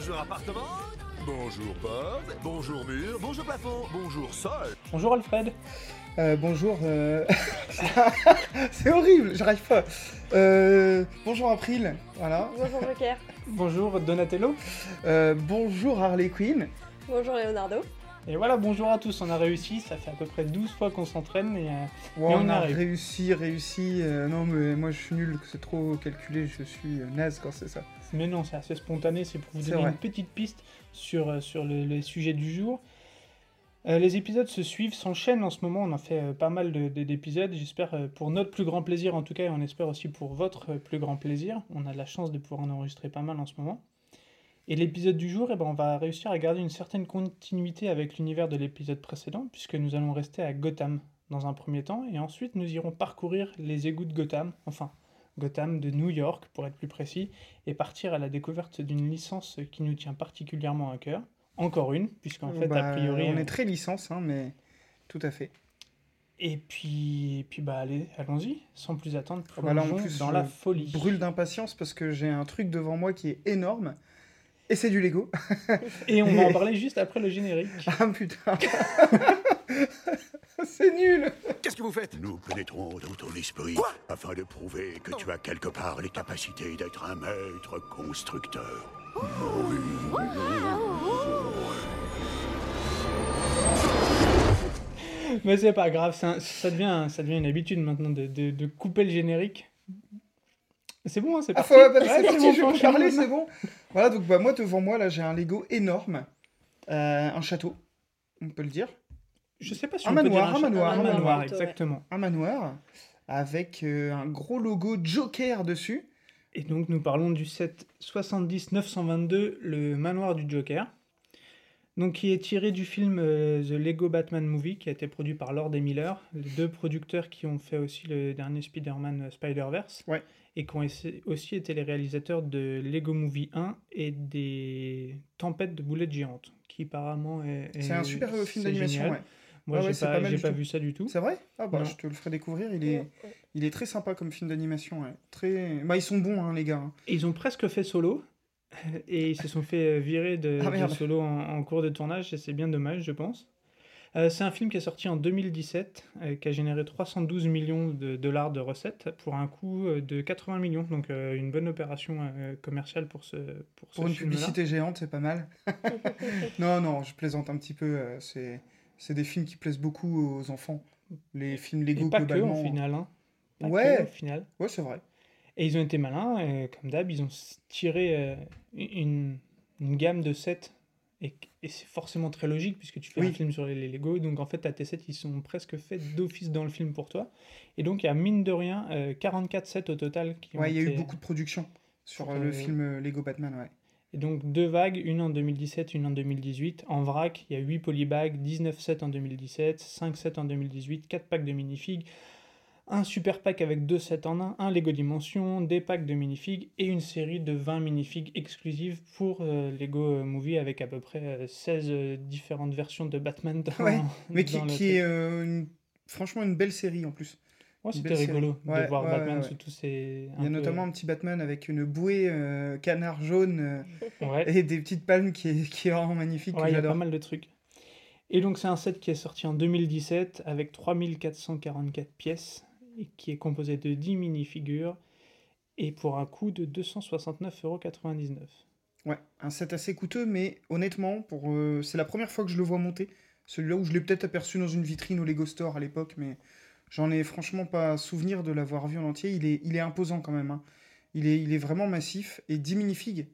Bonjour appartement. Bonjour porte. Bonjour mur. Bonjour plafond. Bonjour sol. Bonjour Alfred. Bonjour. C'est horrible, j'arrive pas. Bonjour April, voilà. Bonjour Joker. Bonjour Donatello. Bonjour Harley Quinn. Bonjour Leonardo. Et voilà, bonjour à tous, on a réussi, ça fait à peu près 12 fois qu'on s'entraîne et Ouais, on a arrive. réussi. Non mais moi je suis nul, c'est trop calculé, je suis naze quand c'est ça. Mais non, c'est assez spontané, c'est pour vous C'est donner vrai. une petite piste sur les sujets du jour. Les épisodes se suivent, s'enchaînent en ce moment, on en fait pas mal d'épisodes, j'espère pour notre plus grand plaisir en tout cas, et on espère aussi pour votre plus grand plaisir. On a de la chance de pouvoir en enregistrer pas mal en ce moment. Et l'épisode du jour, on va réussir à garder une certaine continuité avec l'univers de l'épisode précédent, puisque nous allons rester à Gotham dans un premier temps, et ensuite nous irons parcourir les égouts de Gotham, enfin Gotham de New York pour être plus précis, et partir à la découverte d'une licence qui nous tient particulièrement à cœur. Encore une, puisqu'en fait, a priori... on est très licence, hein, mais tout à fait. Et puis allez, allons-y, sans plus attendre, Bah là, en plongeons plus, dans je la folie. brûle d'impatience parce que j'ai un truc devant moi qui est énorme, et c'est du Lego. Et on va en parler juste après le générique. Ah putain. C'est nul. Qu'est-ce que vous faites? Nous pénétrons dans ton esprit afin de prouver que tu as quelque part les capacités d'être un maître constructeur. Mais c'est pas grave, ça devient une habitude maintenant de couper le générique. C'est bon, hein, c'est Ah, parti. c'est Ouais, parti, bon, je on peux enchaîne parler, maintenant. c'est bon. Voilà, donc moi devant moi, là, j'ai un Lego énorme. Un château, on peut le dire. Je sais pas si Un on peut manoir, dire un manoir, un un manoir, manoir. exactement. Un manoir avec un gros logo Joker dessus. Et donc nous parlons du set 70-922, le manoir du Joker. Donc qui est tiré du film The Lego Batman Movie, qui a été produit par Lord et Miller, les deux producteurs qui ont fait aussi le dernier Spider-Man Spider-Verse. Ouais. Et qui ont aussi été les réalisateurs de Lego Movie 1 et des Tempêtes de boulettes géantes, qui apparemment est C'est un super film c'est d'animation, génial. ouais. Moi, Ouais, c'est pas mal j'ai du pas tout. vu ça du tout. C'est vrai? Ah bah Non. je te le ferai découvrir, il Ouais. est très sympa comme film d'animation, ouais. Très... Bah ils sont bons, hein, les gars. Et ils ont presque fait Solo, et ils se sont fait virer de Ah, merde. Solo en cours de tournage, et c'est bien dommage, je pense. C'est un film qui est sorti en 2017, qui a généré 312 millions de dollars de recettes pour un coût de 80 millions, donc une bonne opération commerciale pour ce Pour une film-là. publicité géante, c'est pas mal. Non, je plaisante un petit peu. C'est des films qui plaisent beaucoup aux enfants. Les films Lego, Et pas que, globalement. au final. Hein. Pas Ouais. que, au final. Ouais, c'est vrai. Et ils ont été malins, comme d'hab, ils ont tiré une gamme de sets, et c'est forcément très logique, puisque tu fais Oui. un film sur les Lego, donc en fait, tes sets, ils sont presque faits d'office dans le film pour toi. Et donc, il y a, mine de rien, 44 sets au total qui ont Ouais, il y a eu été... beaucoup de productions sur pour, le film Lego Batman, ouais. Et donc, 2 vagues, une en 2017, une en 2018. En vrac, il y a 8 polybags, 19 sets en 2017, 5 sets en 2018, 4 packs de minifigs, un super pack avec 2 sets en un Lego Dimension, des packs de minifigs et une série de 20 minifigs exclusives pour Lego Movie avec à peu près 16 différentes versions de Batman dans, Ouais, mais dans le qui truc. est franchement une belle série en plus. Ouais, une c'était belle rigolo série. Ouais, de voir ouais, Batman ouais. sous tous ces... Il y a notamment un petit Batman avec une bouée canard jaune Ouais. et des petites palmes qui est vraiment magnifique, que Ouais, il y a pas j'adore. mal de trucs. Et donc c'est un set qui est sorti en 2017 avec 3444 pièces et qui est composé de 10 mini-figures et pour un coût de 269,99 €. Ouais, un set assez coûteux, mais honnêtement, c'est la première fois que je le vois monter. Celui-là où je l'ai peut-être aperçu dans une vitrine au Lego Store à l'époque, mais j'en ai franchement pas souvenir de l'avoir vu en entier. Il est imposant quand même, hein. Il est vraiment massif. Et 10 minifigs,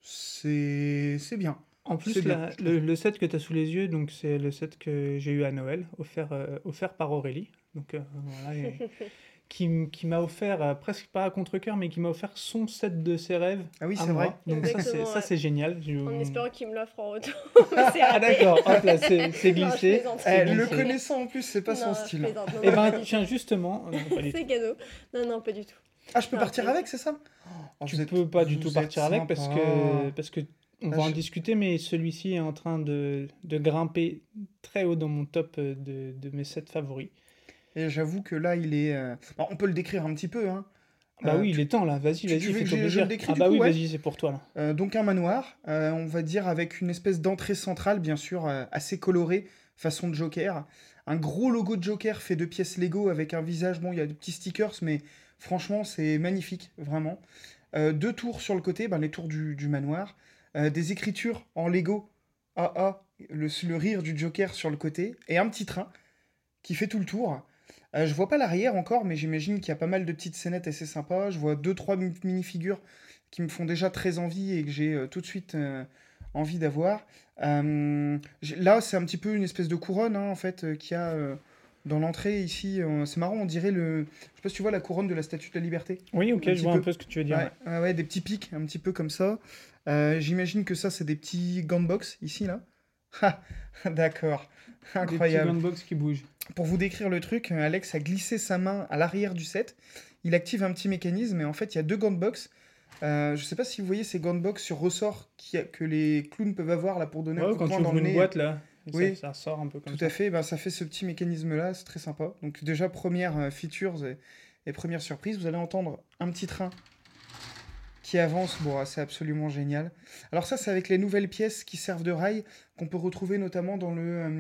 c'est bien. En plus, C'est bien, je trouve. le set que tu as sous les yeux, donc c'est le set que j'ai eu à Noël, offert par Aurélie. Donc voilà, qui m'a offert, presque pas à contre-cœur, mais qui m'a offert son set de ses rêves Ah oui, à c'est moi. vrai. Donc Exactement, ça ouais. c'est génial. En espérant qu'il me l'offre en retour. Mais c'est Ah raté. d'accord, hop là, c'est Non, je glissé. plaisante. C'est Le glissé. connaissant en plus, c'est pas son Non, je style. plaisante. Non, Eh non, pas ben du tiens, justement, non, pas du tout. tout. C'est cadeau. Non, pas du tout. Ah, je peux Non, partir plaisant. avec, c'est ça? Oh, Tu vous êtes- peux pas du vous tout êtes partir avec parce sympa. que on Ah, va en je- discuter, mais celui-ci est en train de grimper très haut dans mon top de mes sets favoris. Et j'avoue que là, il est... bon, on peut le décrire un petit peu, hein. Bah oui, il est temps là, vas-y, tu vas-y, veux fais que ton je plaisir. le décris Ah du bah coup, oui, ouais. vas-y, c'est pour toi là. Donc un manoir, on va dire avec une espèce d'entrée centrale, bien sûr, assez colorée, façon de Joker. Un gros logo de Joker fait de pièces Lego avec un visage, bon, il y a des petits stickers, mais franchement, c'est magnifique, vraiment. Deux tours sur le côté, ben, les tours du manoir. Des écritures en Lego, AA, le rire du Joker sur le côté. Et un petit train qui fait tout le tour. Je vois pas l'arrière encore, mais j'imagine qu'il y a pas mal de petites scénettes assez sympas. Je vois deux, trois mini-figures qui me font déjà très envie et que j'ai tout de suite envie d'avoir. Là, c'est un petit peu une espèce de couronne, hein, en fait, qu'il y a dans l'entrée ici. C'est marrant, on dirait le... Je sais pas si tu vois la couronne de la Statue de la Liberté. Oui, ok, Un je petit vois un peu. peu ce que tu veux dire. Ouais, ouais, des petits pics, un petit peu comme ça. J'imagine que ça, c'est des petits gants de boxe, ici, là. Ah, d'accord. Des petits Incroyable. gunbox qui bougent. Pour vous décrire le truc, Alex a glissé sa main à l'arrière du set. Il active un petit mécanisme et en fait, il y a deux gants de boxe. Je sais pas si vous voyez ces gants de boxe sur ressort que les clowns peuvent avoir là pour donner un Ouais, coup de quand poing tu dans ouvres le une nez. boîte là, et Oui. ça sort un peu comme Tout ça. à fait, ben, ça fait ce petit mécanisme-là, c'est très sympa. Donc déjà, première features et première surprise, vous allez entendre un petit train qui avance, bon, c'est absolument génial. Alors ça, c'est avec les nouvelles pièces qui servent de rail, qu'on peut retrouver notamment dans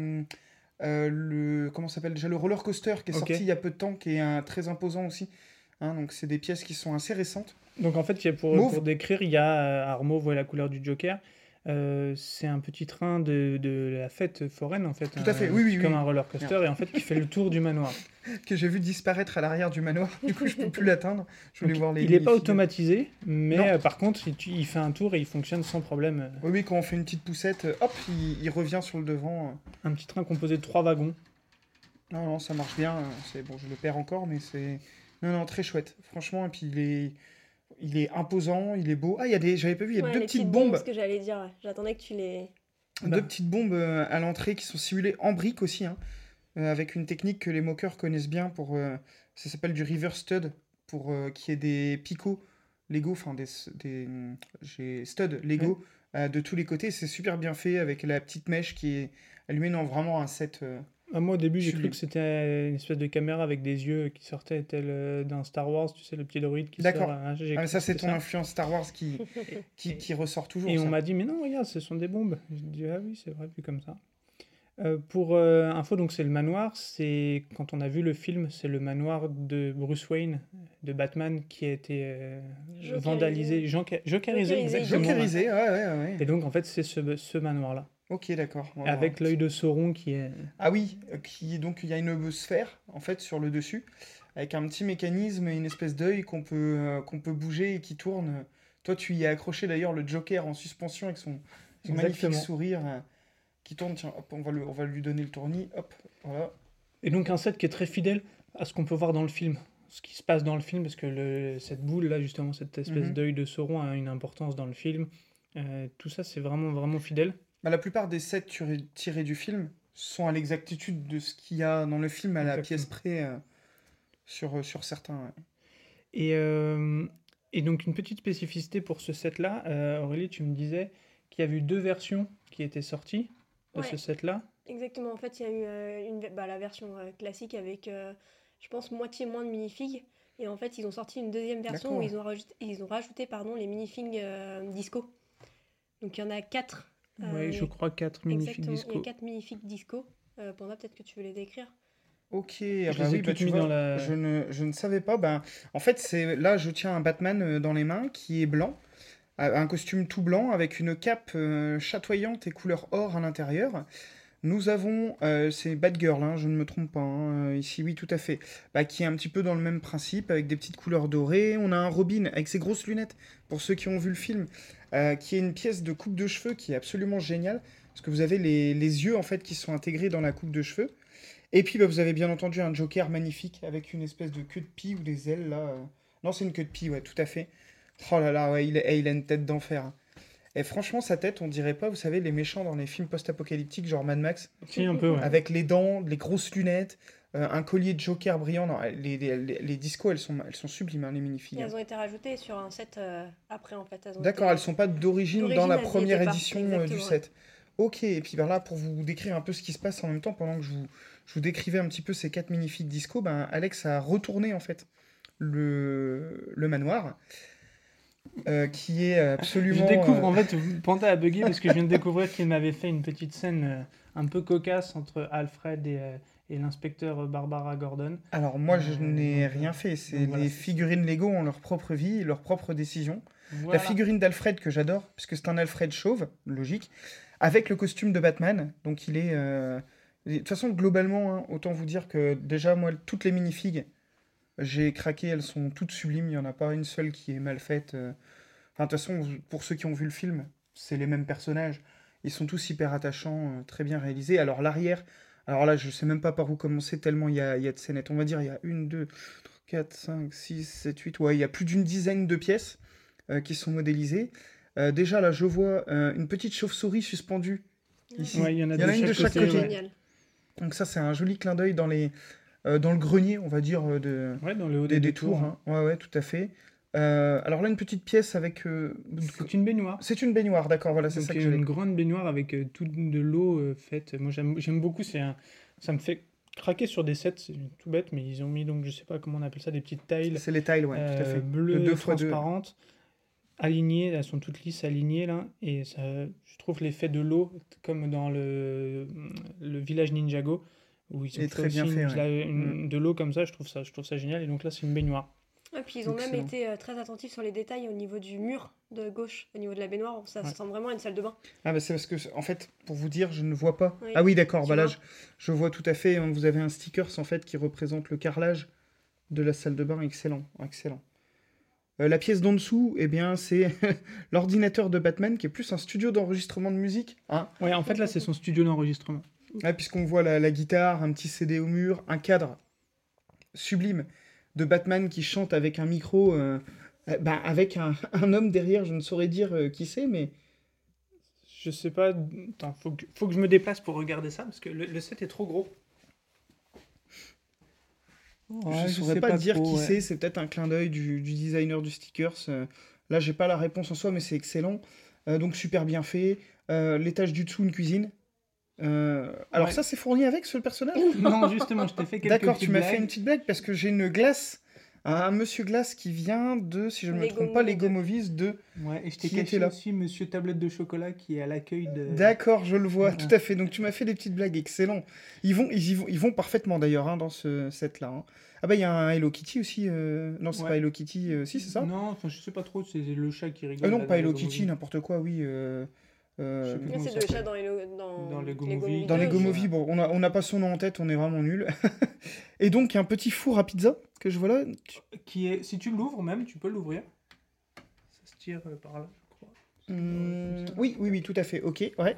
comment ça s'appelle déjà, le roller coaster qui est Ok. sorti il y a peu de temps, qui est très imposant aussi. Hein, donc c'est des pièces qui sont assez récentes. Donc en fait, Mauve. pour décrire, il y a Armauve, ouais, la couleur du Joker. C'est un petit train de la fête foraine en fait. Tout à fait, oui, oui, C'est oui. comme un roller coaster et en fait qui fait le tour du manoir. Que j'ai vu disparaître à l'arrière du manoir. Du coup, je peux plus l'atteindre. Je voulais Donc, voir les il n'est pas mini-figures. automatisé, mais Non. par contre, il fait un tour et il fonctionne sans problème. Oui, oui, quand on fait une petite poussette, hop, il revient sur le devant. Un petit train composé de 3 wagons. Non, non, ça marche bien. C'est bon, je le perds encore, mais c'est... Non, non, très chouette. Franchement, et puis il est imposant, il est beau. Ah, j'avais pas vu, il y a Ouais, deux les petites bombes. ce que j'allais dire, ouais. J'attendais que tu les... Deux petites bombes à l'entrée qui sont simulées en briques aussi, hein, avec une technique que les moqueurs connaissent bien pour... ça s'appelle du reverse stud, pour qu'il y ait des picots Lego, enfin j'ai stud Lego de tous les côtés. C'est super bien fait avec la petite mèche qui est allumée. Non, vraiment un set... Ah, moi au début j'ai Sublime. cru que c'était une espèce de caméra avec des yeux qui sortaient tel d'un Star Wars, tu sais, le petit droïde qui D'accord. sort. Hein, j'ai Ah, mais cru ça, que c'est c'était ton ça. influence Star Wars qui ressort toujours. Et ça. on m'a dit, mais non, regarde, ce sont des bombes. J'ai dit, ah oui, c'est vrai, vu comme ça. Pour info, donc c'est le manoir. C'est quand on a vu le film, c'est le manoir de Bruce Wayne, de Batman, qui a été Jokerisé. vandalisé, jokerisé, Jokerisé. exactement. Jokerisé, ouais. Et donc en fait, c'est ce manoir-là, Ok, d'accord. On va avec voir. l'œil de Sauron qui est. Ah oui, donc il y a une sphère en fait sur le dessus, avec un petit mécanisme et une espèce d'œil qu'on peut bouger et qui tourne. Toi, tu y as accroché d'ailleurs le Joker en suspension avec son magnifique Exactement. sourire qui tourne. Tiens, hop, on va lui donner le tournis. Hop, voilà. Et donc un set qui est très fidèle à ce qu'on peut voir dans le film, ce qui se passe dans le film, parce que cette boule là, justement, cette espèce Mhm. d'œil de Sauron a une importance dans le film. Tout ça, c'est vraiment vraiment fidèle. Bah, la plupart des sets tirés du film sont à l'exactitude de ce qu'il y a dans le film à la Exactement. pièce près sur certains. Ouais. Et donc une petite spécificité pour ce set-là, Aurélie, tu me disais qu'il y avait eu 2 versions qui étaient sorties de Ouais. ce set-là. Exactement, en fait, il y a eu la version classique avec, je pense, moitié moins de minifigs. Et en fait, ils ont sorti une deuxième version où D'accord. ils ont rajouté les minifigs disco. Donc il y en a 4. Oui, je crois 4 minifigs Exactement, il y disco. a 4 minifigs disco. Panda, peut-être que tu veux les décrire. Ok, Je ah bah les ai oui, bah toutes tu mis vois, dans la... je ne savais pas. Ben, en fait, là, je tiens un Batman dans les mains qui est blanc, un costume tout blanc avec une cape chatoyante et couleur or à l'intérieur. Nous avons, c'est Batgirl, hein, je ne me trompe pas, hein, ici, oui, tout à fait, bah, qui est un petit peu dans le même principe, avec des petites couleurs dorées. On a un Robin avec ses grosses lunettes, pour ceux qui ont vu le film, qui est une pièce de coupe de cheveux qui est absolument géniale, parce que vous avez les yeux, en fait, qui sont intégrés dans la coupe de cheveux. Et puis, bah, vous avez bien entendu un Joker magnifique, avec une espèce de queue de pie ou des ailes, là. Non, c'est une queue de pie, ouais, tout à fait. Oh là là, ouais, il a une tête d'enfer, hein. Et franchement, sa tête, on dirait pas, vous savez, les méchants dans les films post-apocalyptiques, genre Mad Max, Si, un peu, ouais. avec les dents, les grosses lunettes, un collier de Joker brillant. Non, les discos, elles sont sublimes, hein, les Et minifigs. elles ont été rajoutées sur un set après, en fait. D'accord, elles sont pas d'origine dans la elles y première étaient pas, édition du exactement, set. Ok, et puis ben là, pour vous décrire un peu ce qui se passe en même temps, pendant que je vous décrivais un petit peu ces 4 minifigs disco, ben, Alex a retourné en fait le manoir, qui est Je absolument... découvre, en fait, Panda a bugué parce que je viens de découvrir qu'il m'avait fait une petite scène un peu cocasse entre Alfred et l'inspecteur Barbara Gordon. Alors moi, je n'ai donc, rien fait. C'est donc voilà, les c'est- figurines Lego ont leur propre vie, leurs propres décisions. Voilà. La figurine d'Alfred que j'adore, puisque c'est un Alfred chauve, logique, avec le costume de Batman. Donc il est... De toute façon, globalement, hein, autant vous dire que déjà, moi, toutes les minifigs, j'ai craqué, elles sont toutes sublimes. Il n'y en a pas une seule qui est mal faite. Enfin, de toute façon, pour ceux qui ont vu le film, c'est les mêmes personnages. Ils sont tous hyper attachants, très bien réalisés. Alors l'arrière, alors là, je sais même pas par où commencer, tellement il y a de scénettes. On va dire, il y a 1, 2, 4, 5, 6, 7, 8. Ouais, il y a plus d'une dizaine de pièces qui sont modélisées. Déjà, là, je vois une petite chauve-souris suspendue ici. Ouais, il y en a une de chaque côté, côté. ouais. Génial. Donc ça, c'est un joli clin d'œil dans le grenier, on va dire, Ouais, dans le haut des des tours. tours. Hein. Ouais, ouais, tout à fait. Alors là, une petite pièce avec... C'est une baignoire. C'est une baignoire, d'accord, voilà, c'est Donc ça que j'allais... une grande baignoire avec toute de l'eau faite. Moi j'aime beaucoup, ça me fait craquer sur des sets, c'est tout bête, mais ils ont mis donc je sais pas comment on appelle ça, des petites tiles C'est les tiles, ouais, tout à fait. bleues, Le 2x2. transparentes, alignées, elles sont toutes lisses, alignées là, et ça, je trouve l'effet de l'eau comme dans le village Ninjago où ils ont Et fait très aussi bien fait, de l'eau comme ça, je trouve ça génial, et donc là c'est une baignoire. Et puis ils ont même Excellent. été très attentifs sur les détails au niveau du mur de gauche, au niveau de la baignoire. Ça Ouais. ressemble vraiment à une salle de bain. Ah bah c'est parce que, en fait, pour vous dire, je ne vois pas. Oui. Ah oui, d'accord, Tu bah là, vois. je vois tout à fait. Hein, vous avez un sticker, en fait, qui représente le carrelage de la salle de bain. Excellent, excellent. La pièce d'en dessous, eh bien, c'est l'ordinateur de Batman, qui est plus un studio d'enregistrement de musique. Hein. Ouais, en fait là c'est son studio d'enregistrement. Ouais, puisqu'on voit la guitare, un petit CD au mur, un cadre sublime de Batman qui chante avec un micro, avec un homme derrière, je ne saurais dire qui c'est, mais... Je sais pas. Attends, faut que je me déplace pour regarder ça parce que le set est trop gros. Je ne saurais pas dire qui c'est peut-être un clin d'œil du designer du stickers. Là, j'ai pas la réponse en soi, mais c'est excellent. Donc, super bien fait. L'étage du dessous, une cuisine. Alors, Ouais. ça, c'est fourni avec ce personnage? Non, justement, je t'ai fait quelques D'accord, tu petites m'as fait blagues. une petite blague parce que j'ai une glace. Un monsieur glace qui vient de, si je ne me Lego trompe pas, Movie Lego 2. Movies 2. Ouais, et je t'ai Qui caché était là aussi Monsieur Tablette de Chocolat qui est à l'accueil de... D'accord, je le vois, Ouais. tout à fait. Donc tu m'as fait des petites blagues, excellent. Ils vont parfaitement d'ailleurs hein, dans ce set-là. Hein. Ah bah il y a un Hello Kitty aussi. Non, c'est Ouais. pas Hello Kitty. Si, c'est ça Non, enfin, je sais pas trop, c'est le chat qui rigole. Non, là, pas dans Hello Lego Kitty, Movie. n'importe quoi, oui. Je sais plus Là, comment c'est il le s'appelle. chat dans Lego Lego Movie. Movie Dans 2, Lego aussi. Movie, bon, on n'a pas son nom en tête, on est vraiment nuls. Et donc, un petit four à pizza que je vois là. Qui est... Si tu l'ouvres même, tu peux l'ouvrir. Ça se tire par là, je crois. Oui, tout à fait, ok, ouais.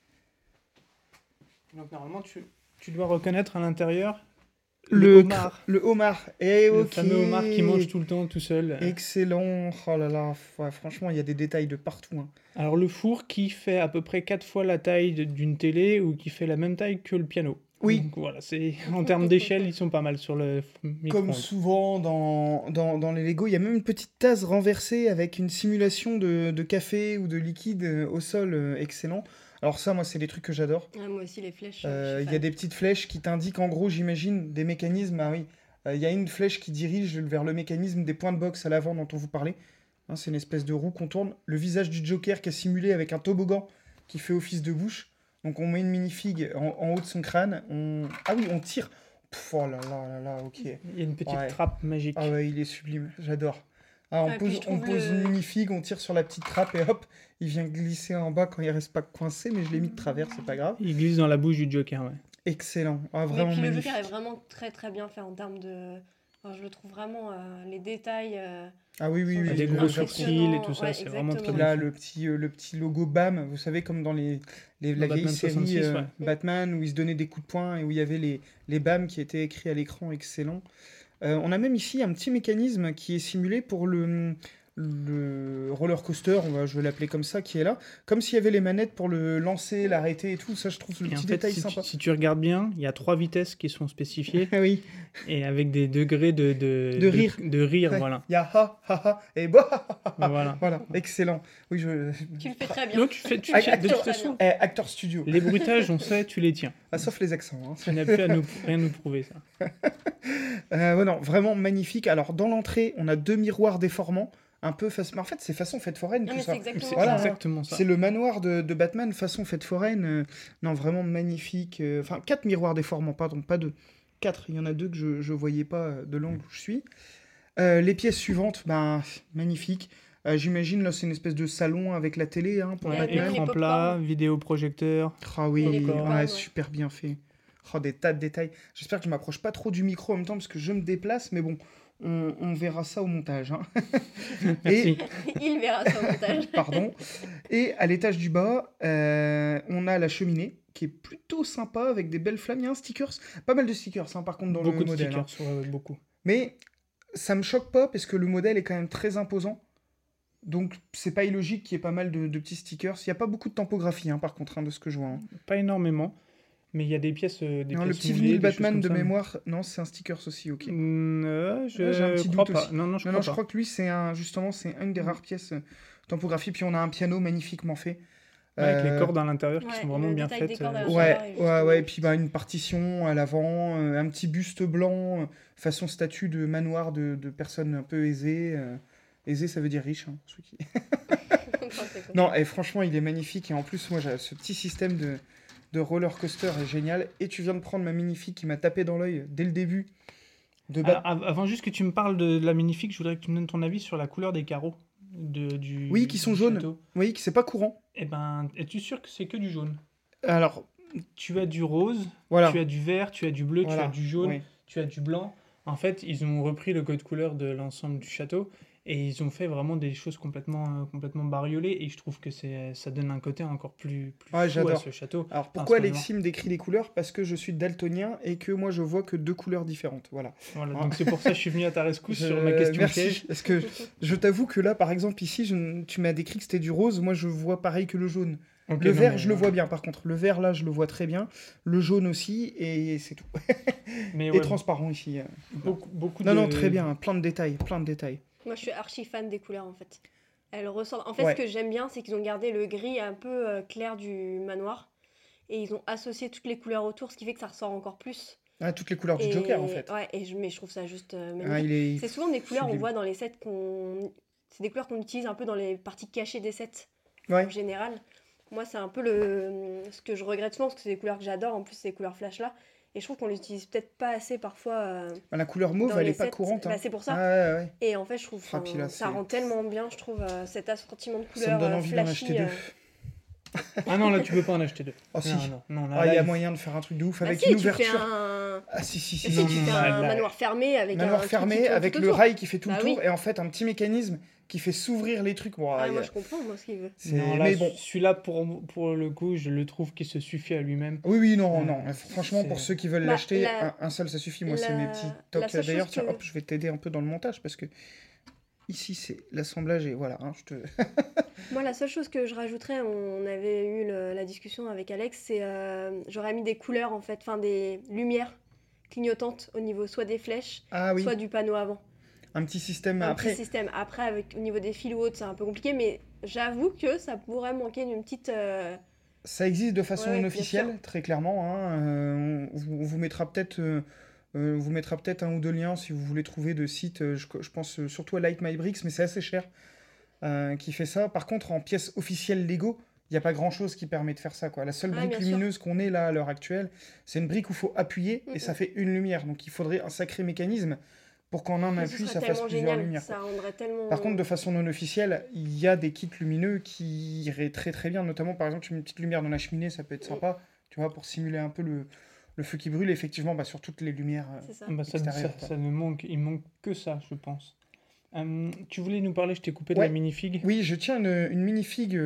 Donc normalement, tu dois reconnaître à l'intérieur Le homard. Le homard, et Le ok. fameux homard qui mange tout le temps tout seul. Excellent, oh là là, ouais, franchement, il y a des détails de partout. Hein. Alors le four qui fait à peu près 4 fois la taille d'une télé ou qui fait la même taille que le piano. Oui. Donc voilà, en termes d'échelle, ils sont pas mal sur le Comme micro-ondes. souvent dans les Lego, il y a même une petite tasse renversée avec une simulation de café ou de liquide au sol, excellent. Alors ça, moi, c'est des trucs que j'adore. Ah, moi aussi, les flèches. je Il suis y a fan. des petites flèches qui t'indiquent en gros, j'imagine, des mécanismes. Ah oui, il y a une flèche qui dirige vers le mécanisme des points de boxe à l'avant dont on vous parlait. Hein, c'est une espèce de roue qu'on tourne. Le visage du Joker qui est simulé avec un toboggan qui fait office de bouche. Donc on met une minifig en haut de son crâne. Ah oui, on tire. Pff, oh là là là là, ok. Il y a une petite Ouais. trappe magique. Ah ouais, il est sublime, j'adore. Ah, Ah, puis je on trouve pose le- une minifig, on tire sur la petite trappe et hop, il vient glisser en bas quand il reste pas coincé, mais je l'ai mis de travers, c'est pas grave. Il glisse dans la bouche du Joker, ouais. Excellent, ah, Oui, vraiment puis le magnifique. Joker est vraiment très très bien fait en termes de. Enfin, je le trouve vraiment les détails. Ah oui, oui, sont oui. Les juste gros j'approuve. sourcils et tout ça, Ouais, c'est vraiment très exactement. bien Là, fait. le petit logo BAM, vous savez, comme dans la Dans vieille Batman série 66, ouais. Batman, où il se donnait des coups de poing et où il y avait les BAM qui étaient écrits à l'écran, excellent. On a même ici un petit mécanisme qui est simulé pour le le roller coaster, je vais l'appeler comme ça, qui est là. Comme s'il y avait les manettes pour le lancer, l'arrêter et tout. Ça, je trouve le Et en petit fait, détail si sympa. tu regardes bien, il y a 3 vitesses qui sont spécifiées Ah oui, et avec des degrés De rire. de rire, Ouais. voilà. il y a ha, ha, ha et bah. Voilà. Voilà, excellent. Oui, Tu le fais très bien. Non, tu fais, Tu le fais de toute très façon, bien. Acteur studio. les bruitages, on sait, tu les tiens. Ah, sauf les accents. Hein. Tu n'as plus à rien nous prouver, ça. Ouais, non, vraiment magnifique. Alors, dans l'entrée, on a 2 miroirs déformants. Un peu face... Mais en fait, c'est façon fête foraine, Non, tout mais ça. c'est exactement C'est Voilà, ça. exactement ça. C'est le manoir de Batman façon fête foraine. Non, vraiment magnifique. Enfin, 4 miroirs déformants, pardon, pas 2. 4, il y en a 2 que je voyais pas de l'angle où je suis. Les pièces suivantes, ben, magnifiques. J'imagine, là, c'est une espèce de salon avec la télé hein, pour Ouais, Batman, Batman. les écran popcorn. plat, vidéoprojecteur. Ah oui, Les popcorn, ouais, ouais. super bien fait. Oh, des tas de détails. J'espère que je m'approche pas trop du micro en même temps parce que je me déplace, mais bon, on verra ça au montage. Hein. Merci. Il verra ça au montage. Pardon. Et à l'étage du bas, on a la cheminée qui est plutôt sympa avec des belles flammes. Il y a un stickers, pas mal de stickers hein, par contre dans Beaucoup le de modèle. stickers, Hein. ouais, beaucoup. Mais ça me choque pas parce que le modèle est quand même très imposant. Donc c'est pas illogique qu'il y ait pas mal de petits stickers. Il n'y a pas beaucoup de tempographie hein, par contre hein, de ce que je vois. Hein. Pas énormément, mais il y a des pièces. Des Non, le pièces petit moulées, vinyle des choses Batman comme de ça, mais- mémoire, non c'est un stickers aussi, ok. J'ai J'ai un petit crois doute pas. aussi. Non, je Non, crois je pas. crois que lui, c'est justement, c'est une des rares pièces topographie. Puis on a un piano magnifiquement fait. Avec les Euh, cordes à l'intérieur qui Ouais, sont vraiment le bien détail des faites. cordes à la Ouais, Voilà, et ouais, justement, ouais. Et il- puis bah, une partition à l'avant, un petit buste blanc, façon statue de manoir de personnes un peu aisées. Aisées, ça veut dire riche. Hein, ceux qui- Non, et franchement, il est magnifique. Et en plus, moi, ce petit système de roller coaster est génial. Et tu viens de prendre ma minifig qui m'a tapé dans l'œil dès le début. Avant juste que tu me parles de la magnifique, je voudrais que tu me donnes ton avis sur la couleur des carreaux du Oui, qui sont du jaunes. château. Oui, que c'est pas courant. Eh ben, es-tu sûr que c'est que du jaune? Alors, Tu as du rose, voilà. tu as du vert, tu as du bleu, Voilà, tu as du jaune, oui. tu as du blanc. En fait, ils ont repris le code couleur de l'ensemble du château et ils ont fait vraiment des choses complètement bariolées et je trouve que ça donne un côté encore plus Ouais, fou à j'adore. ce château. Alors pourquoi ce manoir. Alexis me décrit les couleurs? Parce que je suis daltonien et que moi je vois que 2 couleurs différentes. Voilà. Voilà, Ah. donc c'est pour ça que je suis venu à ta rescousse sur ma question Merci. piège. Parce que je t'avoue que là, par exemple, ici, tu m'as décrit que c'était du rose. Moi, je vois pareil que le jaune. Ok, Le non, vert, mais- je le vois bien, par contre. Le vert, là, je le vois très bien. Le jaune aussi, et c'est tout. Mais Et ouais, transparent ici. beaucoup Non, de... non, très bien. Plein de détails, plein de détails. Moi, je suis archi fan des couleurs en fait. Elles ressortent. En fait, Ouais. ce que j'aime bien, c'est qu'ils ont gardé le gris un peu clair du manoir et ils ont associé toutes les couleurs autour, ce qui fait que ça ressort encore plus. Ah, toutes les couleurs du Et- Joker, en fait. Ouais, mais je trouve ça juste magnifique. Ah, il est... C'est souvent des couleurs, on sublime. voit dans les sets c'est des couleurs qu'on utilise un peu dans les parties cachées des sets Ouais. en général. Moi, c'est un peu ce que je regrette souvent parce que c'est des couleurs que j'adore. En plus, ces couleurs flash là, et je trouve qu'on les utilise peut-être pas assez parfois. La couleur mauve, dans elle les est pas sets. courante. Hein. Bah, c'est pour ça. Ah, ouais, ouais. Et en fait, je trouve Ah, puis là, ça c'est- rend tellement bien, je trouve, cet assortiment de Ça couleurs me donne envie d'en flashy. acheter 2. Ah non, là tu peux pas en acheter 2. Oh, si. Non, là, Ah, il y là, a moyen de faire un truc de ouf Bah avec si, une tu fais ouverture. un... Ah, si, Si, non, tu non, fais non. un là- manoir fermé avec Manoir truc fermé qui tourne avec tout le autour. rail qui fait tout Bah le tour oui. et en fait un petit mécanisme qui fait s'ouvrir les trucs. Bon, Ah, il y moi, a- je comprends, moi, ce qu'il veut. c'est- Non, là, mais bon. celui-là, pour le coup, je le trouve qu'il se suffit à lui-même. Oui, oui, non, Euh, non. Franchement, pour c'est- ceux qui veulent Bah, l'acheter, la- un seul, ça suffit. Moi, c'est la- mes petits la tocs. seule chose D'ailleurs, tiens, que- hop, je vais t'aider un peu dans le montage parce que ici, c'est l'assemblage et voilà. Hein, je te... Moi, la seule chose que je rajouterais, on avait eu la discussion avec Alex, c'est j'aurais mis des couleurs, en fait, enfin des lumières clignotantes au niveau soit des flèches, Ah oui, soit du panneau avant. un petit système. Un Après, petit système. Après, au niveau des fils ou autres, c'est un peu compliqué, mais j'avoue que ça pourrait manquer d'une petite... ça existe de façon Ouais, non bien officielle, sûr. très clairement. Hein, on vous mettra peut-être. Vous mettra peut-être 1 ou 2 liens si vous voulez trouver de sites. Je pense surtout à Light My Bricks, mais c'est assez cher qui fait ça. Par contre, en pièces officielles Lego, il n'y a pas grand-chose qui permet de faire ça. Quoi. La seule Ah, brique bien sûr. lumineuse qu'on ait là à l'heure actuelle, c'est une brique où il faut appuyer et ça fait une lumière. Donc il faudrait un sacré mécanisme pour qu'en un Mais ce appui, serait ça fasse tellement plusieurs génial, lumières. ça rendrait tellement... Par contre, de façon non officielle, il y a des kits lumineux qui iraient très très bien. Notamment, par exemple, une petite lumière dans la cheminée, ça peut être sympa, tu vois, pour simuler un peu le feu qui brûle. Effectivement, bah, sur toutes les lumières. C'est ça. Bah, Extérieur, quoi. il manque que ça, je pense. Tu voulais nous parler, je t'ai coupé de Ouais. la minifig. Oui, je tiens une minifig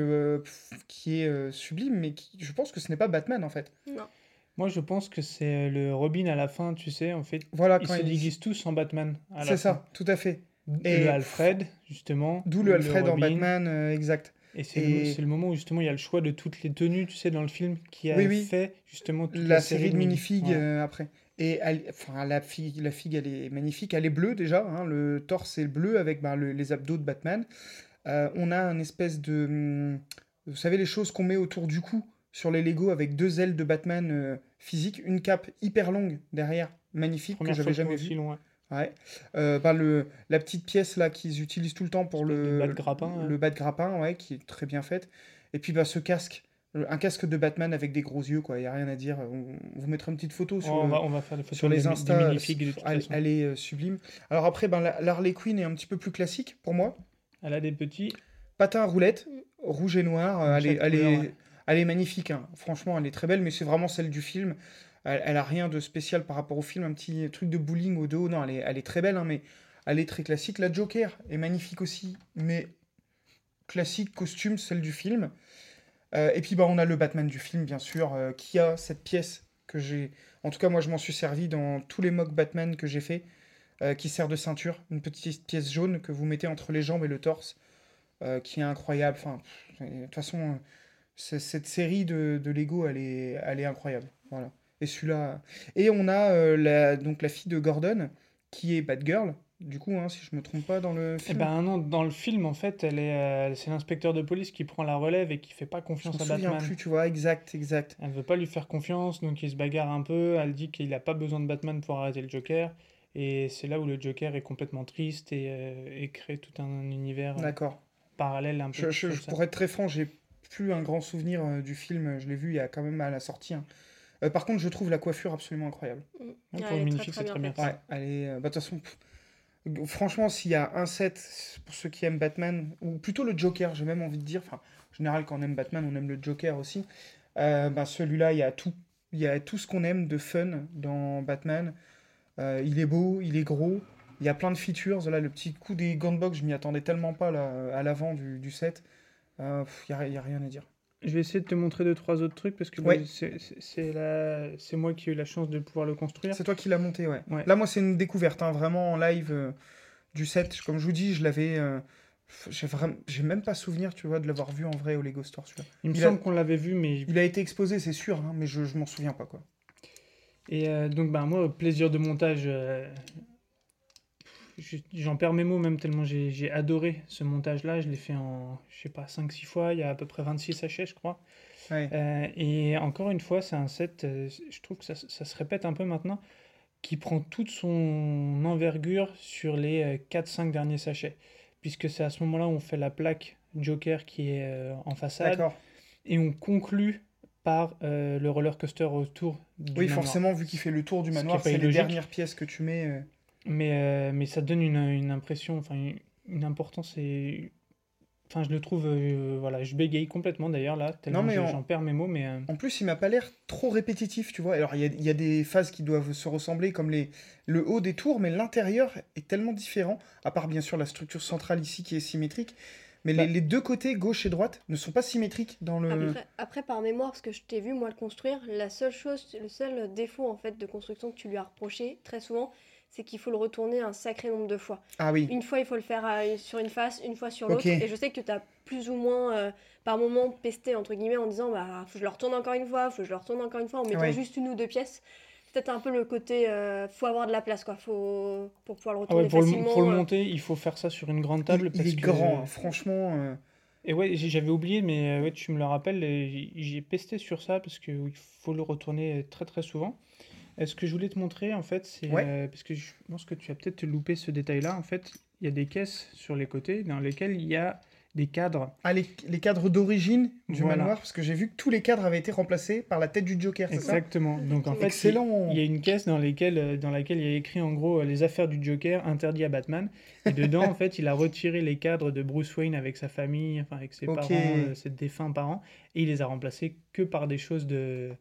qui est sublime, mais je pense que ce n'est pas Batman en fait. Non. Moi, je pense que c'est le Robin à la fin, tu sais, en fait. Voilà, Ils quand se il déguisent tous en Batman à la C'est fin. ça, tout à fait. Et Le Alfred, justement. d'où le Alfred en Robin. Batman, exact. Et c'est Et- c'est le moment où justement il y a le choix de toutes les tenues, tu sais, dans le film, qui a Oui. fait justement toute La série de minifigs Voilà. après. Et enfin, la figue, elle est magnifique. Elle est bleue déjà. Hein, le torse est bleu avec les abdos de Batman. On a un espèce de. Vous savez, les choses qu'on met autour du cou sur les Lego avec deux ailes de Batman physique, une cape hyper longue derrière, magnifique, Première que j'avais fois jamais aussi vue. loin. Ouais. La petite pièce là qu'ils utilisent tout le temps pour Espèce de bas de grappin, le bas de grappin, ouais, qui est très bien faite. Et puis ce casque, un casque de Batman avec des gros yeux, quoi. Il y a rien à dire. On vous mettra une petite photo sur On va faire des sur photos les des Insta. minifigs de toute façon. Elle est sublime. Alors après, l'Harley Quinn est un petit peu plus classique pour moi. Elle a des petits. Patin à roulettes, Mm. rouge et noir. Une chaque couleur, ouais. Elle est magnifique. Hein. Franchement, elle est très belle, mais c'est vraiment celle du film. Elle a rien de spécial par rapport au film, un petit truc de bowling au dos. Non, elle est très belle, hein, mais elle est très classique. La Joker est magnifique aussi, mais classique, costume, celle du film. Et puis on a le Batman du film, bien sûr, qui a cette pièce que j'ai... En tout cas, moi, je m'en suis servi dans tous les mock Batman que j'ai fait, qui sert de ceinture. Une petite pièce jaune que vous mettez entre les jambes et le torse, qui est incroyable. Enfin, de toute façon, cette série de Lego, elle est incroyable. Voilà. Et celui-là... Et on a donc la fille de Gordon, qui est Batgirl, du coup, hein, si je me trompe pas dans le Eh film. ben non, dans le film, en fait, c'est l'inspecteur de police qui prend la relève et qui fait pas Je confiance me à souviens Batman. plus, tu vois, exact. Elle veut pas lui faire confiance, donc il se bagarre un peu. Elle dit qu'il a pas besoin de Batman pour arrêter le Joker. Et c'est là où le Joker est complètement triste et crée tout un univers D'accord. parallèle un peu comme ça. Pour être très franc, j'ai plus un grand souvenir du film. Je l'ai vu il y a quand même à la sortie. Hein. Par contre, je trouve la coiffure absolument incroyable. Mm. Ouais, Ouais, pour elle une est minifig, très, c'est très très bien bien faite. fait. Ouais, elle est. De toute façon, franchement, s'il y a un set pour ceux qui aiment Batman, ou plutôt le Joker, j'ai même envie de dire. Enfin, en général, quand on aime Batman, on aime le Joker aussi. Celui-là, il y a tout. Il y a tout ce qu'on aime de fun dans Batman. Il est beau, il est gros. Il y a plein de features. Là, le petit coup des gants de boxe, je m'y attendais tellement pas là, à l'avant du set. Il y a rien à dire. Je vais essayer de te montrer 2-3 autres trucs parce que Ouais. c'est moi qui ai eu la chance de pouvoir le construire. C'est toi qui l'as monté, ouais. Ouais. Là, moi, c'est une découverte, hein, vraiment en live du set. Comme je vous dis, je l'avais. J'ai même pas souvenir, tu vois, de l'avoir vu en vrai au Lego Store, celui-là. Il me Il a- semble qu'on l'avait vu, mais Il a été exposé, c'est sûr, hein, mais je m'en souviens pas, quoi. Et donc, moi, plaisir de montage, j'en perds mes mots même tellement j'ai adoré ce montage-là. Je l'ai fait en, je sais pas, 5-6 fois. Il y a à peu près 26 sachets, je crois. Ouais. Et encore une fois, c'est un set, je trouve que ça se répète un peu maintenant, qui prend toute son envergure sur les 4-5 derniers sachets. Puisque c'est à ce moment-là où on fait la plaque Joker qui est en façade. D'accord. Et on conclut par le roller coaster autour du Oui, manoir. forcément, vu qu'il fait le tour du Ce qui est manoir, pas c'est les illogique. dernières pièces que tu mets. Mais ça donne une impression, enfin une importance et... Enfin, je le trouve, voilà, je bégaye complètement d'ailleurs là, tellement mais j'en perds mes mots, mais... En plus, il m'a pas l'air trop répétitif, tu vois. Alors, il y a des phases qui doivent se ressembler, comme le haut des tours, mais l'intérieur est tellement différent, à part bien sûr la structure centrale ici qui est symétrique. Mais Bah. les deux côtés, gauche et droite, ne sont pas symétriques dans le. Après, par mémoire, parce que je t'ai vu moi le construire, le seul défaut en fait de construction que tu lui as reproché très souvent, c'est qu'il faut le retourner un sacré nombre de fois. Ah oui. Une fois, il faut le faire sur une face, une fois sur l'autre. Ok. Et je sais que tu as plus ou moins, par moment, pesté, entre guillemets, en disant bah, faut que je le retourne encore une fois, faut que je le retourne encore une fois, en mettant Ouais. juste une ou deux pièces. C'est peut-être un peu le côté, faut avoir de la place, quoi, pour pouvoir le Ah ouais, retourner pour facilement. le monter, il faut faire ça sur une grande table. Il est que... grand, hein, franchement. Et ouais, j'avais oublié, mais ouais, tu me le rappelles, et j'ai pesté sur ça parce qu'il faut le retourner très très souvent. Ce que je voulais te montrer, en fait, c'est... Ouais. parce que je pense que tu as peut-être loupé ce détail-là. En fait, il y a des caisses sur les côtés dans lesquelles il y a des cadres. Ah, les cadres d'origine du Voilà. manoir, parce que j'ai vu que tous les cadres avaient été remplacés par la tête du Joker, c'est ça? Exactement. Donc en fait, Excellent. il y a une caisse dans laquelle il y a écrit en gros les affaires du Joker interdit à Batman. Et dedans, en fait, il a retiré les cadres de Bruce Wayne avec sa famille, enfin avec ses Ok. parents, ses défunts parents, et il les a remplacés que par des choses du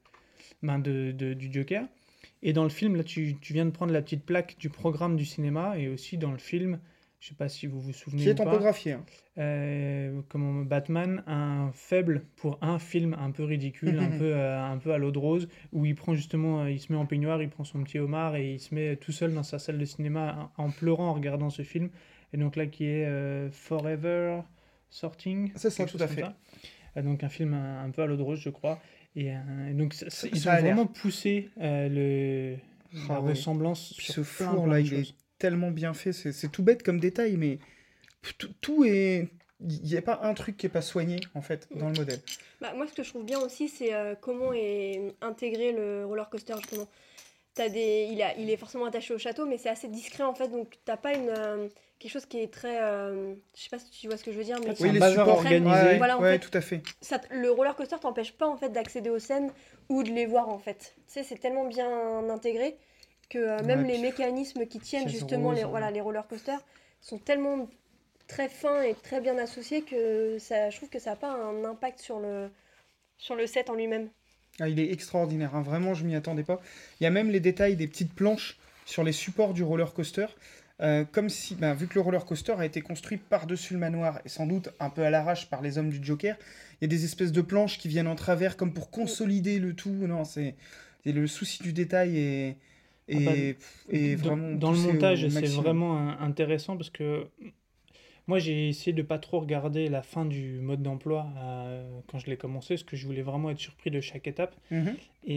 Joker. Et dans le film, là, tu viens de prendre la petite plaque du programme du cinéma, et aussi dans le film, Je sais pas si vous vous souvenez Qui est ou pas. tampographié. Hein. Comment Batman a un faible pour un film un peu ridicule, un peu à l'eau de rose, où il prend justement, il se met en peignoir, il prend son petit homard et il se met tout seul dans sa salle de cinéma en pleurant en regardant ce film. Et donc là, qui est Forever Sorting. C'est ça, quelque tout chose à comme fait. ça. Donc un film un peu à l'eau de rose, je crois. Et donc ils Ça ont a l'air. vraiment poussé la Ah ouais. ressemblance Puis sur ce plein, four plein là, de il est choses. tellement bien fait. C'est tout bête comme détail, mais tout est. Il n'y a pas un truc qui est pas soigné en fait dans le modèle. Bah, moi, ce que je trouve bien aussi, c'est comment est intégré le roller coaster, justement. Il est forcément attaché au château, mais c'est assez discret en fait, donc t'as pas quelque chose qui est très. Je sais pas si tu vois ce que je veux dire, mais C'est Oui, un les bazar supports. organisé. Ouais, Voilà, en ouais, fait. tout à fait. Le roller coaster t'empêche pas en fait d'accéder aux scènes ou de les voir en fait. Tu sais, c'est tellement bien intégré que même Ouais, les puis mécanismes qui tiennent chaises justement roses, les roller coasters sont tellement très fins et très bien associés que je trouve que ça n'a pas un impact sur le set en lui-même. Ah, il est extraordinaire, hein. Vraiment, je m'y attendais pas. Il y a même les détails des petites planches sur les supports du roller coaster. Comme si, vu que le roller coaster a été construit par-dessus le manoir, et sans doute un peu à l'arrache par les hommes du Joker, il y a des espèces de planches qui viennent en travers comme pour consolider le tout. Non, c'est le souci du détail Ah bah, est vraiment dans le poussé montage, au c'est maximum. vraiment intéressant parce que moi, j'ai essayé de pas trop regarder la fin du mode d'emploi quand je l'ai commencé, parce que je voulais vraiment être surpris de chaque étape. Mhm.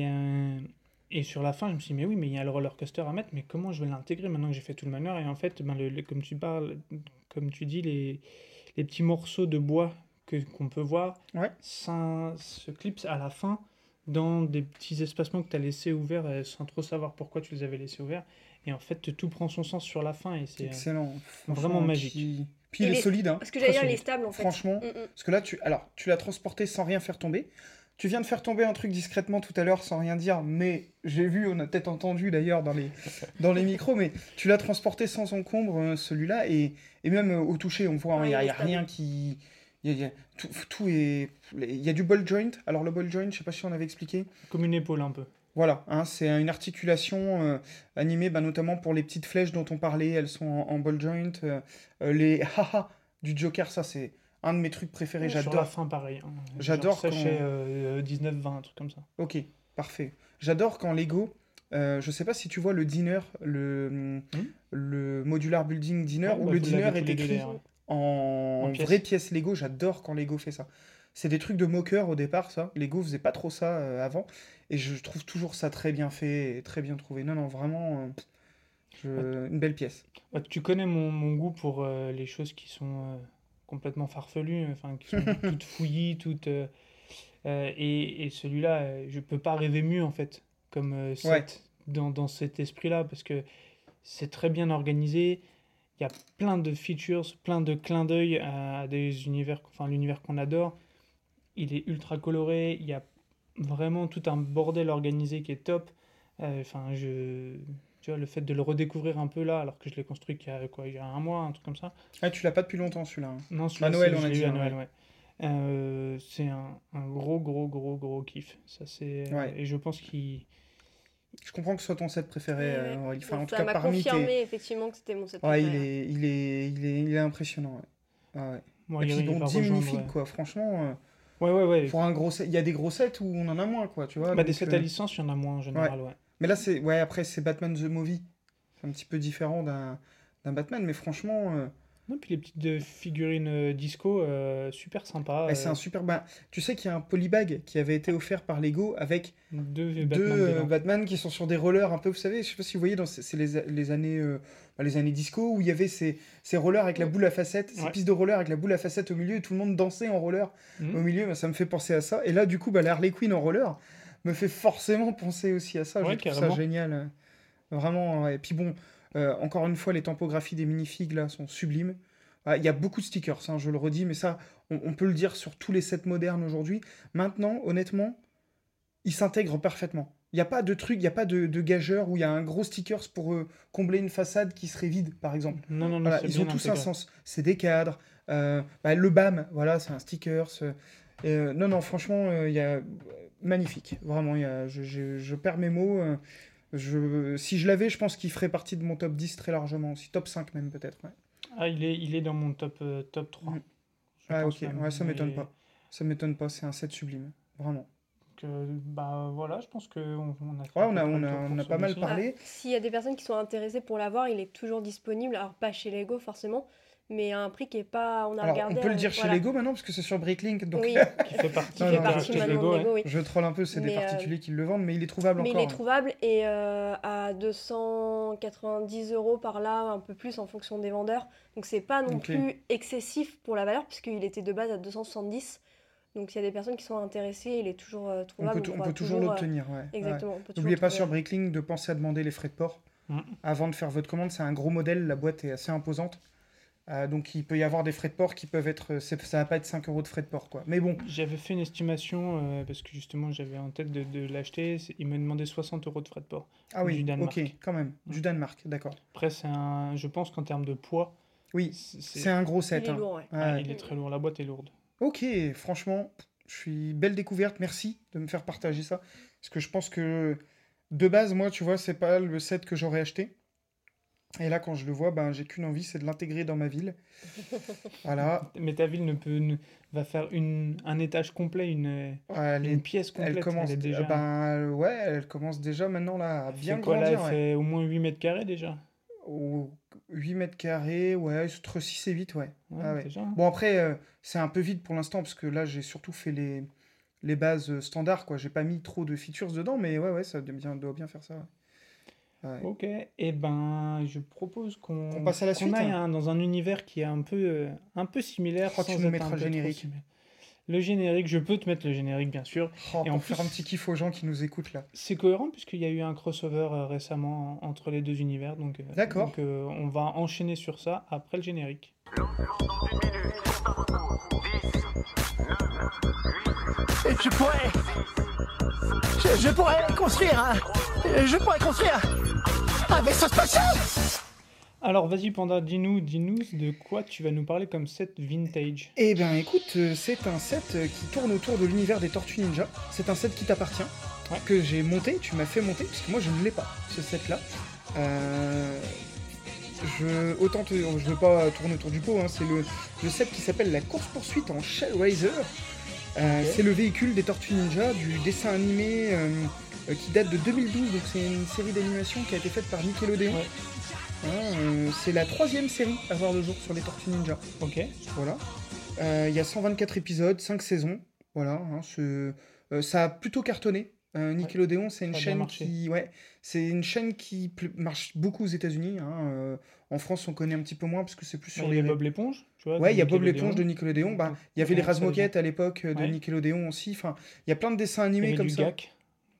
Et sur la fin, je me suis dit, mais oui, mais il y a le roller coaster à mettre, mais comment je vais l'intégrer maintenant que j'ai fait tout le manoir? Et en fait, comme tu parles, comme tu dis, les petits morceaux de bois qu'on peut voir, Ouais. ça se clipse à la fin dans des petits espacements que tu as laissés ouverts sans trop savoir pourquoi tu les avais laissés ouverts. Et en fait, tout prend son sens sur la fin et c'est Excellent. vraiment Franchement, magique. Puis il est solide, hein. Ce que Très j'allais dire, il est solide. stable en fait. Franchement, parce que là, tu l'as transporté sans rien faire tomber. Tu viens de faire tomber un truc discrètement tout à l'heure sans rien dire, mais j'ai vu, on a peut-être entendu d'ailleurs dans les micros, mais tu l'as transporté sans encombre, celui-là, et même au toucher, on voit, il Ouais, n'y il est a stable. rien qui... tout est... Il y a du ball joint. Alors le ball joint, je sais pas si on avait expliqué. Comme une épaule un peu. Voilà, hein, c'est une articulation animée notamment pour les petites flèches dont on parlait, elles sont en ball joint. Les haha du Joker, ça c'est un de mes trucs préférés, Sur la j'adore. fin, pareil. Hein. J'adore Genre sachet quand... 19-20, un truc comme ça. Ok, parfait. J'adore quand Lego, je sais pas si tu vois le diner, le modular building diner, Ouais, où bah, le vous diner l'avez est tous les deux, écrit d'ailleurs, ouais. en En pièces. vraie pièce Lego. J'adore quand Lego fait ça. C'est des trucs de moqueur au départ, ça. Lego faisait pas trop ça avant. Et je trouve toujours ça très bien fait et très bien trouvé. Non, non, vraiment, une belle pièce. Bah, tu connais mon goût pour les choses qui sont complètement farfelues, enfin, qui sont toutes fouillies, toutes... et celui-là, je peux pas rêver mieux, en fait, comme set Ouais. dans cet esprit-là, parce que c'est très bien organisé. Il y a plein de features, plein de clins d'œil à des univers, enfin, l'univers qu'on adore. Il est ultra coloré, il y a vraiment tout un bordel organisé qui est top. Enfin, tu vois, le fait de le redécouvrir un peu là, alors que je l'ai construit il y a un mois, un truc comme ça. Ah, tu l'as pas depuis longtemps celui-là, hein. Non, celui-là, Noël, on je a l'ai dit, eu à hein, Noël, ouais. ouais. C'est un gros kiff. Ça, c'est, Ouais. et je pense qu'il... Je comprends que ce soit ton set préféré, Ouais. Aurélie. Enfin, en tout Ça cas, m'a parmi confirmé effectivement que c'était mon set Ouais, préféré. il est impressionnant, ouais. Ah ouais. Moi, Et puis il bon, va 10 rejoindre... magnifiques, quoi. Franchement, Ouais. pour un gros set, il y a des gros sets où on en a moins, quoi, tu vois. Bah, des donc, sets à licence, il y en a moins en général, ouais. Mais là, ouais, après, c'est Batman The Movie. C'est un petit peu différent d'un Batman, mais franchement, Non, puis les petites figurines disco, super sympa. c'est un super... tu sais qu'il y a un polybag qui avait été offert par Lego avec Deux Batman deux dedans. Batman qui sont sur des rollers un peu, vous savez, je sais pas si vous voyez, c'est les années disco, où il y avait ces rollers avec la boule à facettes, ces Ouais. pistes de rollers avec la boule à facettes au milieu, et tout le monde dansait en roller Mhm. au milieu. Bah, ça me fait penser à ça. Et là, du coup, la Harley Quinn en roller me fait forcément penser aussi à ça. Ouais, Je trouve ça carrément. génial. Vraiment. Et puis bon, encore une fois, les tampographies des minifigs là sont sublimes. Il y a beaucoup de stickers, hein, je le redis, mais ça, on peut le dire sur tous les sets modernes aujourd'hui. Maintenant, honnêtement, ils s'intègrent parfaitement. Il n'y a pas de truc, il n'y a pas de gageur où il y a un gros stickers pour combler une façade qui serait vide, par exemple. Non, Voilà, c'est ils ont bien tous un intégré. sens. C'est des cadres. Le BAM, voilà, c'est un sticker. Non, franchement, il y a magnifique. Vraiment, je perds mes mots. Si je l'avais, je pense qu'il ferait partie de mon top 10 très largement aussi. Top 5 même, peut-être. Ouais. Ah, il est dans mon top 3. Mm. Je Ah, pense ok, même. ouais, ça m'étonne Et pas. Ça m'étonne pas, c'est un set sublime. Vraiment. bah voilà, je pense qu'on a fait Ouais, à on peu a, près on le a, tour on pour a pas mal celui-ci. parlé. S'il y a des personnes qui sont intéressées pour l'avoir, il est toujours disponible. Alors, pas chez Lego forcément, mais à un prix qui est pas. On a Alors, on regardé. peut le dire chez voilà. Lego maintenant, parce que c'est sur Bricklink, donc Oui, Qui fait partie, qui Non, fait non, partie je- maintenant de Lego, Lego, oui. je troll un peu, c'est des Mais, particuliers qui le vendent, mais il est trouvable Mais il encore. est trouvable et à 290 € par là, un peu plus en fonction des vendeurs. Donc c'est pas non Ok. plus excessif pour la valeur, puisqu'il était de base à 270. Donc s'il y a des personnes qui sont intéressées, il est toujours On trouvable. peut, on pourra peut toujours l'obtenir, ouais. Exactement, on peut toujours N'oubliez pas trouver. sur Bricklink de penser à demander les frais de port Mm. avant de faire votre commande. C'est un gros modèle, la boîte est assez imposante. Donc il peut y avoir des frais de port qui peuvent être. Ça va pas être 5 € de frais de port, quoi. Mais bon, J'avais fait une estimation, parce que justement j'avais en tête de l'acheter, il me demandait 60 € de frais de port. ah oui, Du Danemark. ok, quand même. Du Danemark, d'accord. Après, je pense qu'en termes de poids, Oui, c'est un gros set. Il est hein. lourd, ouais. ah, Ouais. il est très lourd, la boîte est lourde. Ok, franchement, je suis belle découverte. Merci de me faire partager ça. Parce que je pense que de base, moi, tu vois, c'est pas le set que j'aurais acheté. Et là, quand je le vois, ben, j'ai qu'une envie, c'est de l'intégrer dans ma ville. Voilà. Mais ta ville va faire un étage complet, Elle, une pièce elle complète. commence, Elle est déjà. ouais, elle commence déjà maintenant là, à Elle bien fait quoi là? grandir. Elle Ouais. fait au moins 8 mètres carrés déjà. 8 mètres carrés, ouais, entre 6 et 8, ouais. Ouais, Ah ouais. déjà. Bon, après, c'est un peu vide pour l'instant, parce que là, j'ai surtout fait les bases standards, quoi. J'ai pas mis trop de features dedans, mais ouais, ça doit bien faire ça. Ouais. Ouais. Ok, et ben je propose On passe à la suite, aille hein. dans un univers qui est un peu similaire. Je crois que sans tu nous être mettras un le peu trop générique. similaire. Le générique, je peux te mettre le générique bien sûr. Oh, Et en pour faire plus- un petit kiff aux gens qui nous écoutent là. C'est cohérent puisqu'il y a eu un crossover récemment entre les deux univers. D'accord. Donc on va enchaîner sur ça après le générique. Je pourrais. Je pourrais construire. Je pourrais construire un vaisseau spatial. Alors vas-y Panda, dis-nous de quoi tu vas nous parler comme set vintage. Eh bien, écoute, c'est un set qui tourne autour de l'univers des Tortues Ninja. C'est un set qui t'appartient, Ouais. que j'ai monté, tu m'as fait monter, parce que moi je ne l'ai pas, ce set-là. Je veux pas tourner autour du pot, hein, c'est le set qui s'appelle la course-poursuite en Shell Racer. C'est le véhicule des Tortues Ninja du dessin animé qui date de 2012, donc c'est une série d'animation qui a été faite par Nickelodeon. Ouais. C'est la 3e série à voir le jour sur les Tortues Ninja. Ok. Voilà. Il y a 124 épisodes, 5 saisons. Voilà. Ça a plutôt cartonné. Nickelodeon, c'est une Ça a bien chaîne marché. c'est une chaîne qui marche beaucoup aux États-Unis. En France, on connaît un petit peu moins parce que c'est plus sur Il y les. a Bob l'éponge, tu vois. Ouais, de il y a Bob Nickelodeon. l'éponge de Nickelodeon. Bah, il y avait les Ouais, ça veut Razmoquettes à l'époque de Ouais. Nickelodeon aussi. Enfin, il y a plein de dessins Il y animés avait comme du ça. GAC.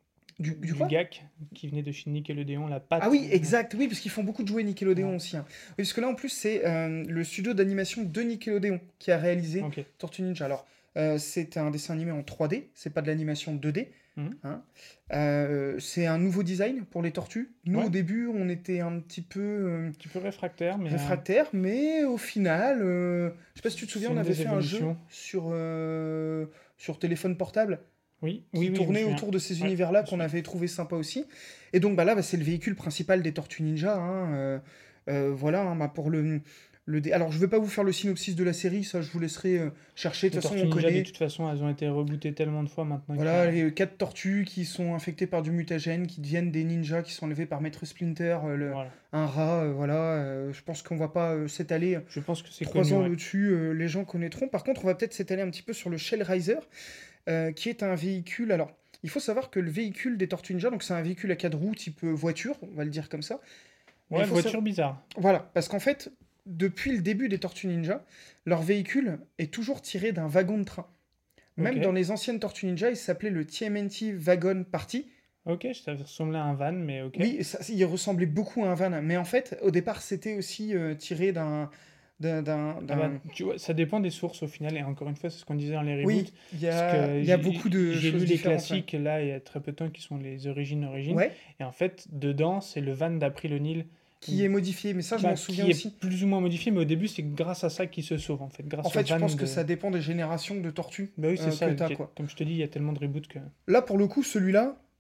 Du quoi GAC qui venait de chez Nickelodeon, la patte. Ah oui, exact, oui, parce qu'ils font beaucoup de jouets Nickelodeon Ouais. aussi. Hein. Oui, parce que là, en plus, c'est le studio d'animation de Nickelodeon qui a réalisé Ok. Tortue Ninja. Alors, c'est un dessin animé en 3D, c'est pas de l'animation 2D. Mhm. Hein. C'est un nouveau design pour les tortues. Nous, Ouais. au début, on était un petit peu Un petit peu réfractaire, mais. réfractaires, mais au final, je sais pas si tu te souviens, C'est on une avait des fait un jeu évolutions. sur téléphone portable Oui, qui oui, je me tournait souviens. autour de ces Ouais, univers-là je me qu'on souviens. avait trouvé sympa aussi. Et donc bah là, c'est le véhicule principal des Tortues Ninja. Hein, voilà, hein, bah, pour alors je vais pas vous faire le synopsis de la série, ça je vous laisserai chercher. De Les toute façon, Tortues on Ninja, connaît. de toute façon, elles ont été rebootées tellement de fois maintenant. Voilà, que- les 4 tortues qui sont infectées par du mutagène, qui deviennent des ninjas, qui sont élevés par Maître Splinter, Voilà. un rat, voilà. Je pense qu'on va pas s'étaler Je pense que c'est 3 connu. ans ouais. dessus, les gens connaîtront. Par contre, on va peut-être s'étaler un petit peu sur le Shell Riser, qui est un véhicule. Alors, il faut savoir que le véhicule des Tortues Ninja, donc c'est un véhicule à 4 roues type voiture, on va le dire comme ça. Mais Ouais, il faut voiture bizarre. Voilà, parce qu'en fait, depuis le début des Tortues Ninja, leur véhicule est toujours tiré d'un wagon de train. Même Ok. dans les anciennes Tortues Ninja, il s'appelait le TMNT Wagon Party. Ok, ça ressemblait à un van, mais ok. Oui, il ressemblait beaucoup à un van, mais en fait, au départ, c'était aussi tiré d'un... Ah bah, tu vois, ça dépend des sources au final, et encore une fois, c'est ce qu'on disait dans les reboots. Oui, il y Parce a, que il y a beaucoup de J'ai choses lu les différentes. classiques là il y a très peu de temps qui sont les origines. Ouais, Et en fait, dedans, c'est le van d'April O'Neil. qui est modifié, mais ça, je Bah, m'en souviens qui aussi. est plus ou moins modifié, mais au début, c'est grâce à ça qu'il se sauve en fait. Grâce En fait, au je van pense que de- ça dépend des générations de tortues Bah oui, c'est ça. que t'as, qui est- quoi. Comme je te dis, il y a tellement de reboots que. Là, pour le coup, celui-là,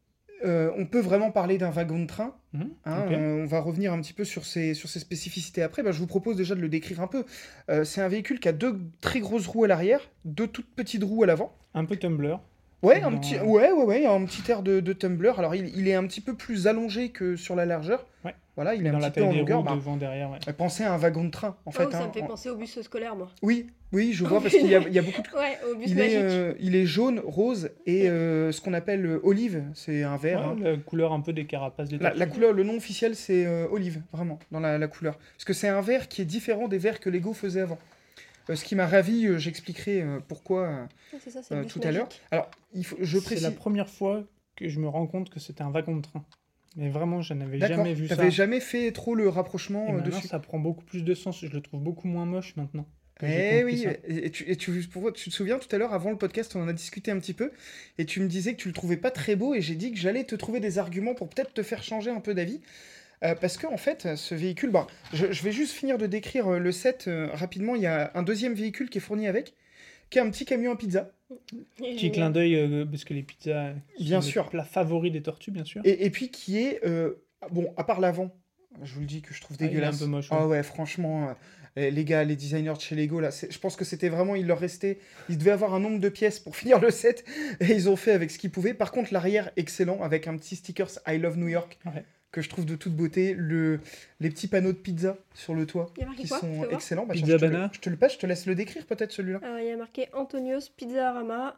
on peut vraiment parler d'un wagon de train. Mhm, Hein, ok. on va revenir un petit peu sur ses spécificités après. Bah, je vous propose déjà de le décrire un peu. C'est un véhicule qui a 2 très grosses roues à l'arrière, 2 toutes petites roues à l'avant. Un peu Tumblr. Ouais, Dans- un petit air de Tumblr. Alors, il est un petit peu plus allongé que sur la largeur. Ouais. Voilà, il est Dans un la petit peu taille en des longueur. roues, Bah, devant, derrière, ouais. pensez à un wagon de train, en fait. Oh, ça hein, me fait penser au bus scolaire, moi. Oui, je vois, parce qu'il y a beaucoup de... Ouais, au bus Il magique. est jaune, rose et ce qu'on appelle olive, c'est un vert. hein. Ouais, la couleur un peu des carapaces des La tortues. couleur, le nom officiel, c'est olive, vraiment, dans la couleur. Parce que c'est un vert qui est différent des verts que Lego faisait avant. Ce qui m'a ravi, j'expliquerai pourquoi Ouais, c'est ça, c'est le bus tout à l'heure. magique. Alors, je C'est précise... la première fois que je me rends compte que c'était un wagon de train. Mais vraiment, je n'avais D'accord, jamais vu ça. t'avais jamais fait trop le rapprochement Et maintenant, dessus. ça prend beaucoup plus de sens. Je le trouve beaucoup moins moche maintenant. que j'ai Eh compris oui, ça. tu te souviens tout à l'heure, avant le podcast, on en a discuté un petit peu, et tu me disais que tu le trouvais pas très beau, et j'ai dit que j'allais te trouver des arguments pour peut-être te faire changer un peu d'avis. Parce que en fait, ce véhicule, bah, je vais juste finir de décrire le set rapidement. Il y a un deuxième véhicule qui est fourni avec, qui est un petit camion à pizza. Et Petit clin d'œil, parce que les pizzas Bien sont sûr. le plat favori des tortues, bien sûr. Et puis qui est, bon, à part l'avant, je vous le dis que je trouve Ah, il est dégueulasse. un peu moche, Ah ouais, franchement, les gars, les designers de chez Lego, là, je pense que c'était vraiment, il leur restait, ils devaient avoir un nombre de pièces pour finir le set, et ils ont fait avec ce qu'ils pouvaient. Par contre, l'arrière, excellent, avec un petit stickers I Love New York, Ouais. que je trouve de toute beauté, les petits panneaux de pizza sur le toit, Il y a marqué qui quoi Fais sont voir. excellents. Bah, Pizza tiens, je te le- Bana. je te le passe, je te laisse le décrire peut-être celui-là. Alors, il y a marqué Antonios Pizzarama.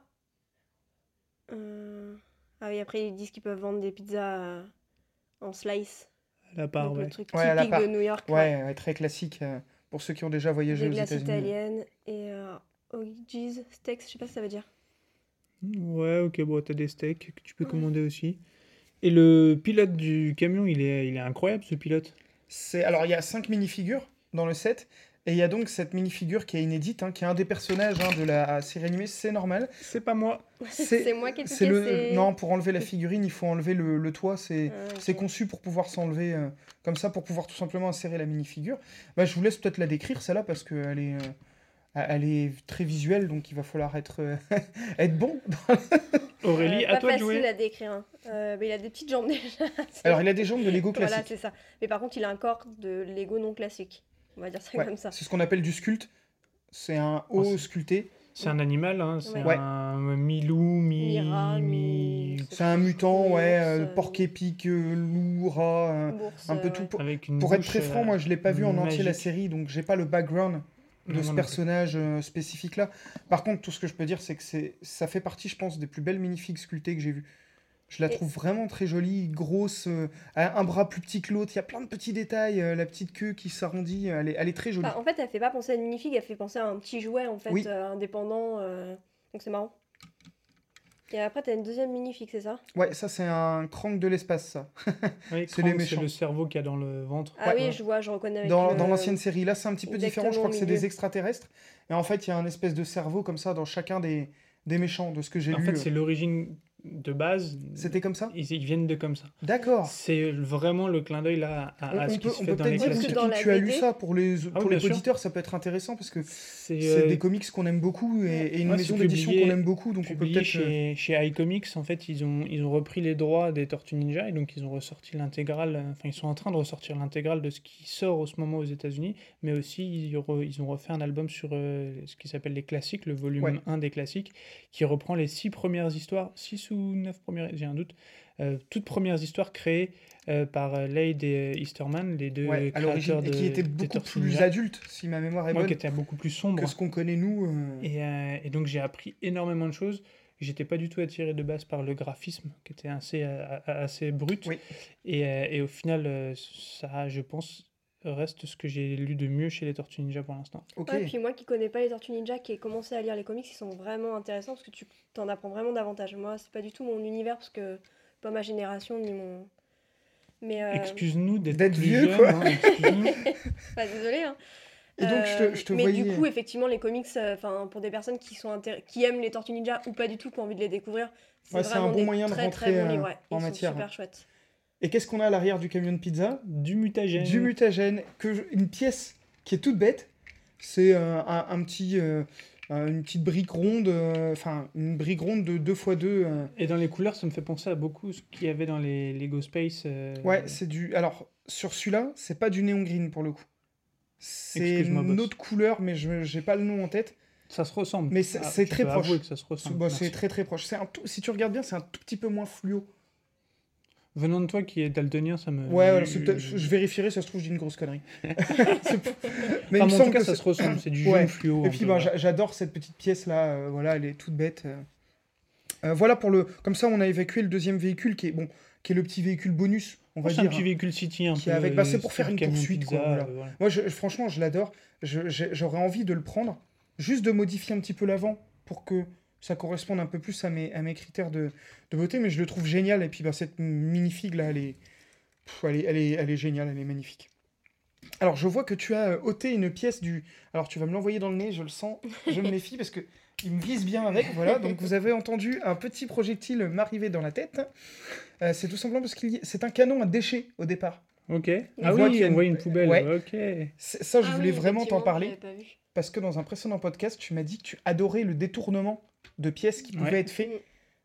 Ah oui, après, ils disent qu'ils peuvent vendre des pizzas en slice. À la part, Donc, ouais. le truc Ouais, à la typique part. de New York. Ouais, très classique, pour ceux qui ont déjà voyagé Des aux glaces États-Unis. italiennes et Oggi's Steaks, je sais pas ce que ça veut dire. Ouais, ok, bon, t'as des steaks que tu peux commander aussi. Et le pilote du camion, il est incroyable, ce pilote. Alors, il y a 5 minifigures dans le set, et il y a donc cette minifigure qui est inédite, hein, qui est un des personnages de la série animée, c'est normal. C'est pas moi. C'est moi qui ai C'est piqué, le... Non, pour enlever la figurine, il faut enlever le toit, c'est Ah, ok. c'est conçu pour pouvoir s'enlever comme ça, pour pouvoir tout simplement insérer la minifigure. Bah, je vous laisse peut-être la décrire, celle-là, parce qu'elle est... elle est très visuelle, donc il va falloir être, être bon. Aurélie, à pas toi de facile jouer. à décrire. Hein. Mais il a des petites jambes déjà. Alors, il a des jambes de Lego Voilà, classique. c'est ça. Mais par contre, il a un corps de Lego non classique. On va dire ça Ouais, comme ça. c'est ce qu'on appelle du sculpte. C'est un haut c'est- sculpté. C'est un animal, hein, c'est Ouais. un mi-loup, Mi-rat, mi... C'est un mutant, ouais, Ours, porc épic, loup, rat, Bourse, un peu tout. ouais. Avec une Pour être bouche, très franc, moi je l'ai pas vu en entier la magique. série, donc j'ai pas le background de Non, ce moi non personnage spécifique là. Par contre, tout ce que je peux dire, c'est que ça fait partie, je pense, des plus belles minifigs sculptées que j'ai vues. Je la Et- trouve vraiment très jolie, grosse, un bras plus petit que l'autre, il y a plein de petits détails, la petite queue qui s'arrondit, elle est très jolie. Enfin, en fait, elle fait pas penser à une minifig, elle fait penser à un petit jouet en fait, Oui. indépendant. Donc c'est marrant. Et après, t'as une deuxième minifig, c'est ça? Ouais, ça c'est un crank de l'espace, ça. Oui, C'est Krang, les méchants. le cerveau qu'il y a dans le ventre. Ah Ouais. oui, je vois, je reconnais avec Dans, le- dans l'ancienne série, là c'est un petit peu différent, je crois que c'est Exactement au des extraterrestres. Et en fait, il y a un espèce de cerveau comme ça dans chacun des méchants, de ce que j'ai En lu. fait, c'est l'origine de base. C'était comme ça? Ils viennent de comme ça. D'accord. C'est vraiment le clin d'œil là à ce qui se On fait peut dans les peut-être dire classiques. que Dans la tu as lu BD. ça pour les, Ah oui, pour les bien sûr. auditeurs, ça peut être intéressant parce que C'est c'est des comics qu'on aime beaucoup et une Ouais, maison c'est d'édition publié- qu'on aime beaucoup, donc on peut publié peut-être. chez iComics. En fait, ils ont repris les droits des Tortues Ninja et donc ils ont ressorti l'intégrale. Enfin, ils sont en train de ressortir l'intégrale de ce qui sort en ce moment aux États-Unis, mais aussi ils ont refait un album sur ce qui s'appelle les classiques, le volume Ouais. 1 des classiques, qui reprend les 6 premières histoires, 6 ou 9 premières, j'ai un doute, toutes premières histoires créées par Lade et Easterman, les deux Ouais, à l'origine, créateurs et qui étaient des beaucoup Tortues plus Ninja. adultes, si ma mémoire est Moi, bonne, qui était beaucoup plus sombre. que ce qu'on connaît nous. Et donc j'ai appris énormément de choses. J'étais pas du tout attiré de base par le graphisme, qui était assez brut. Oui. Et au final, ça, je pense, reste ce que j'ai lu de mieux chez les Tortues Ninja pour l'instant. Ok. Ah, Ouais, puis moi qui connais pas les Tortues Ninja, qui ai commencé à lire les comics, ils sont vraiment intéressants parce que tu t'en apprends vraiment davantage. Moi, c'est pas du tout mon univers parce que pas ma génération ni mon. Mais Excuse-nous D'être d'être plus vieux, jeune, quoi. hein, excuse-nous. pas désolé. Hein. Et donc, je te mais voyais. du coup, effectivement, les comics, enfin pour des personnes qui aiment les Tortues Ninja ou pas du tout, qui ont envie de les découvrir, Ouais, c'est un vraiment bon des moyen de très rentrer très bons livres. Ouais. en Ils sont matière. super chouettes. Et qu'est-ce qu'on a à l'arrière du camion de pizza? Du mutagène. Du mutagène, une pièce qui est toute bête. C'est un petit, une petite brique ronde, une brique ronde de 2x2. Et dans les couleurs, ça me fait penser à beaucoup ce qu'il y avait dans les Lego Space. Ouais, c'est du... Alors, sur celui-là, c'est pas du néon green pour le coup. C'est Excuse-moi, une boss. autre couleur, mais j'ai pas le nom en tête. Ça se ressemble. Mais c'est tu très peux proche. avouer que ça se ressemble. Bah, c'est Merci. très très proche. Si tu regardes bien, c'est un tout petit peu moins fluo. Venant de toi qui est daltonien, ça me. Ouais, voilà, je vérifierai, ça se trouve, je dis une grosse connerie. Mais il me En tout semble cas, que ça c'est- se ressemble. C'est du Ouais. jaune fluo. Et un puis peu, ben, voilà. j'adore cette petite pièce là, voilà, elle est toute bête. Voilà pour le. Comme ça, on a évacué le deuxième véhicule qui est le petit véhicule bonus, on va C'est un dire. petit véhicule city un qui peu. est avec- bah, c'est pour style faire une camion poursuite, quoi, pizza, voilà. voilà. Moi, franchement, je l'adore. J'aurais envie de le prendre, juste de modifier un petit peu l'avant pour que ça corresponde un peu plus à mes critères de beauté, mais je le trouve génial. Et puis bah, cette minifig là, elle est géniale, elle est magnifique. Alors, je vois que tu as ôté une pièce du... Alors, tu vas me l'envoyer dans le nez, je le sens, je me méfie parce que il me vise bien avec, voilà. Donc, vous avez entendu un petit projectile m'arriver dans la tête. C'est tout simplement parce c'est un canon à déchets au départ. Ok. On Ah voit qu'il y oui, a on une- voit une poubelle. Ouais. Ok. Ça, je Ah voulais oui, vraiment t'en effectivement, parler j'avais pas vu. parce que dans un précédent podcast, tu m'as dit que tu adorais le détournement de pièces qui pouvaient Ouais. être faits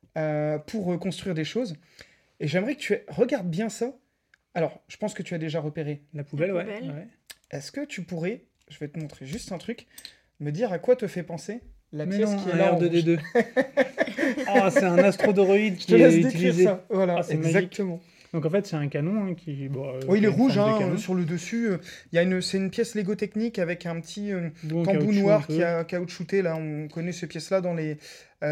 pour construire des choses. Et j'aimerais que tu regardes bien ça. Alors, je pense que tu as déjà repéré. La poubelle, ouais. poubelle. ouais. Est-ce que tu pourrais, je vais te montrer juste un truc, me dire à quoi te fait penser la Mais pièce non, qui est un là en rouge. R2D2. Ah, c'est un astrodoroïde Je te qui est laisse décrire utilisé. ça. Voilà, Ah, c'est magique. exactement. Donc en fait, c'est un canon hein, qui. Bon, Oui, il est qui a une rouge forme de hein, canon. sur le dessus. C'est une pièce Lego technique avec un petit Bout en tambour caoutchouc, noir un peu. qui a caoutchouté. Là, on connaît ces pièces-là dans les.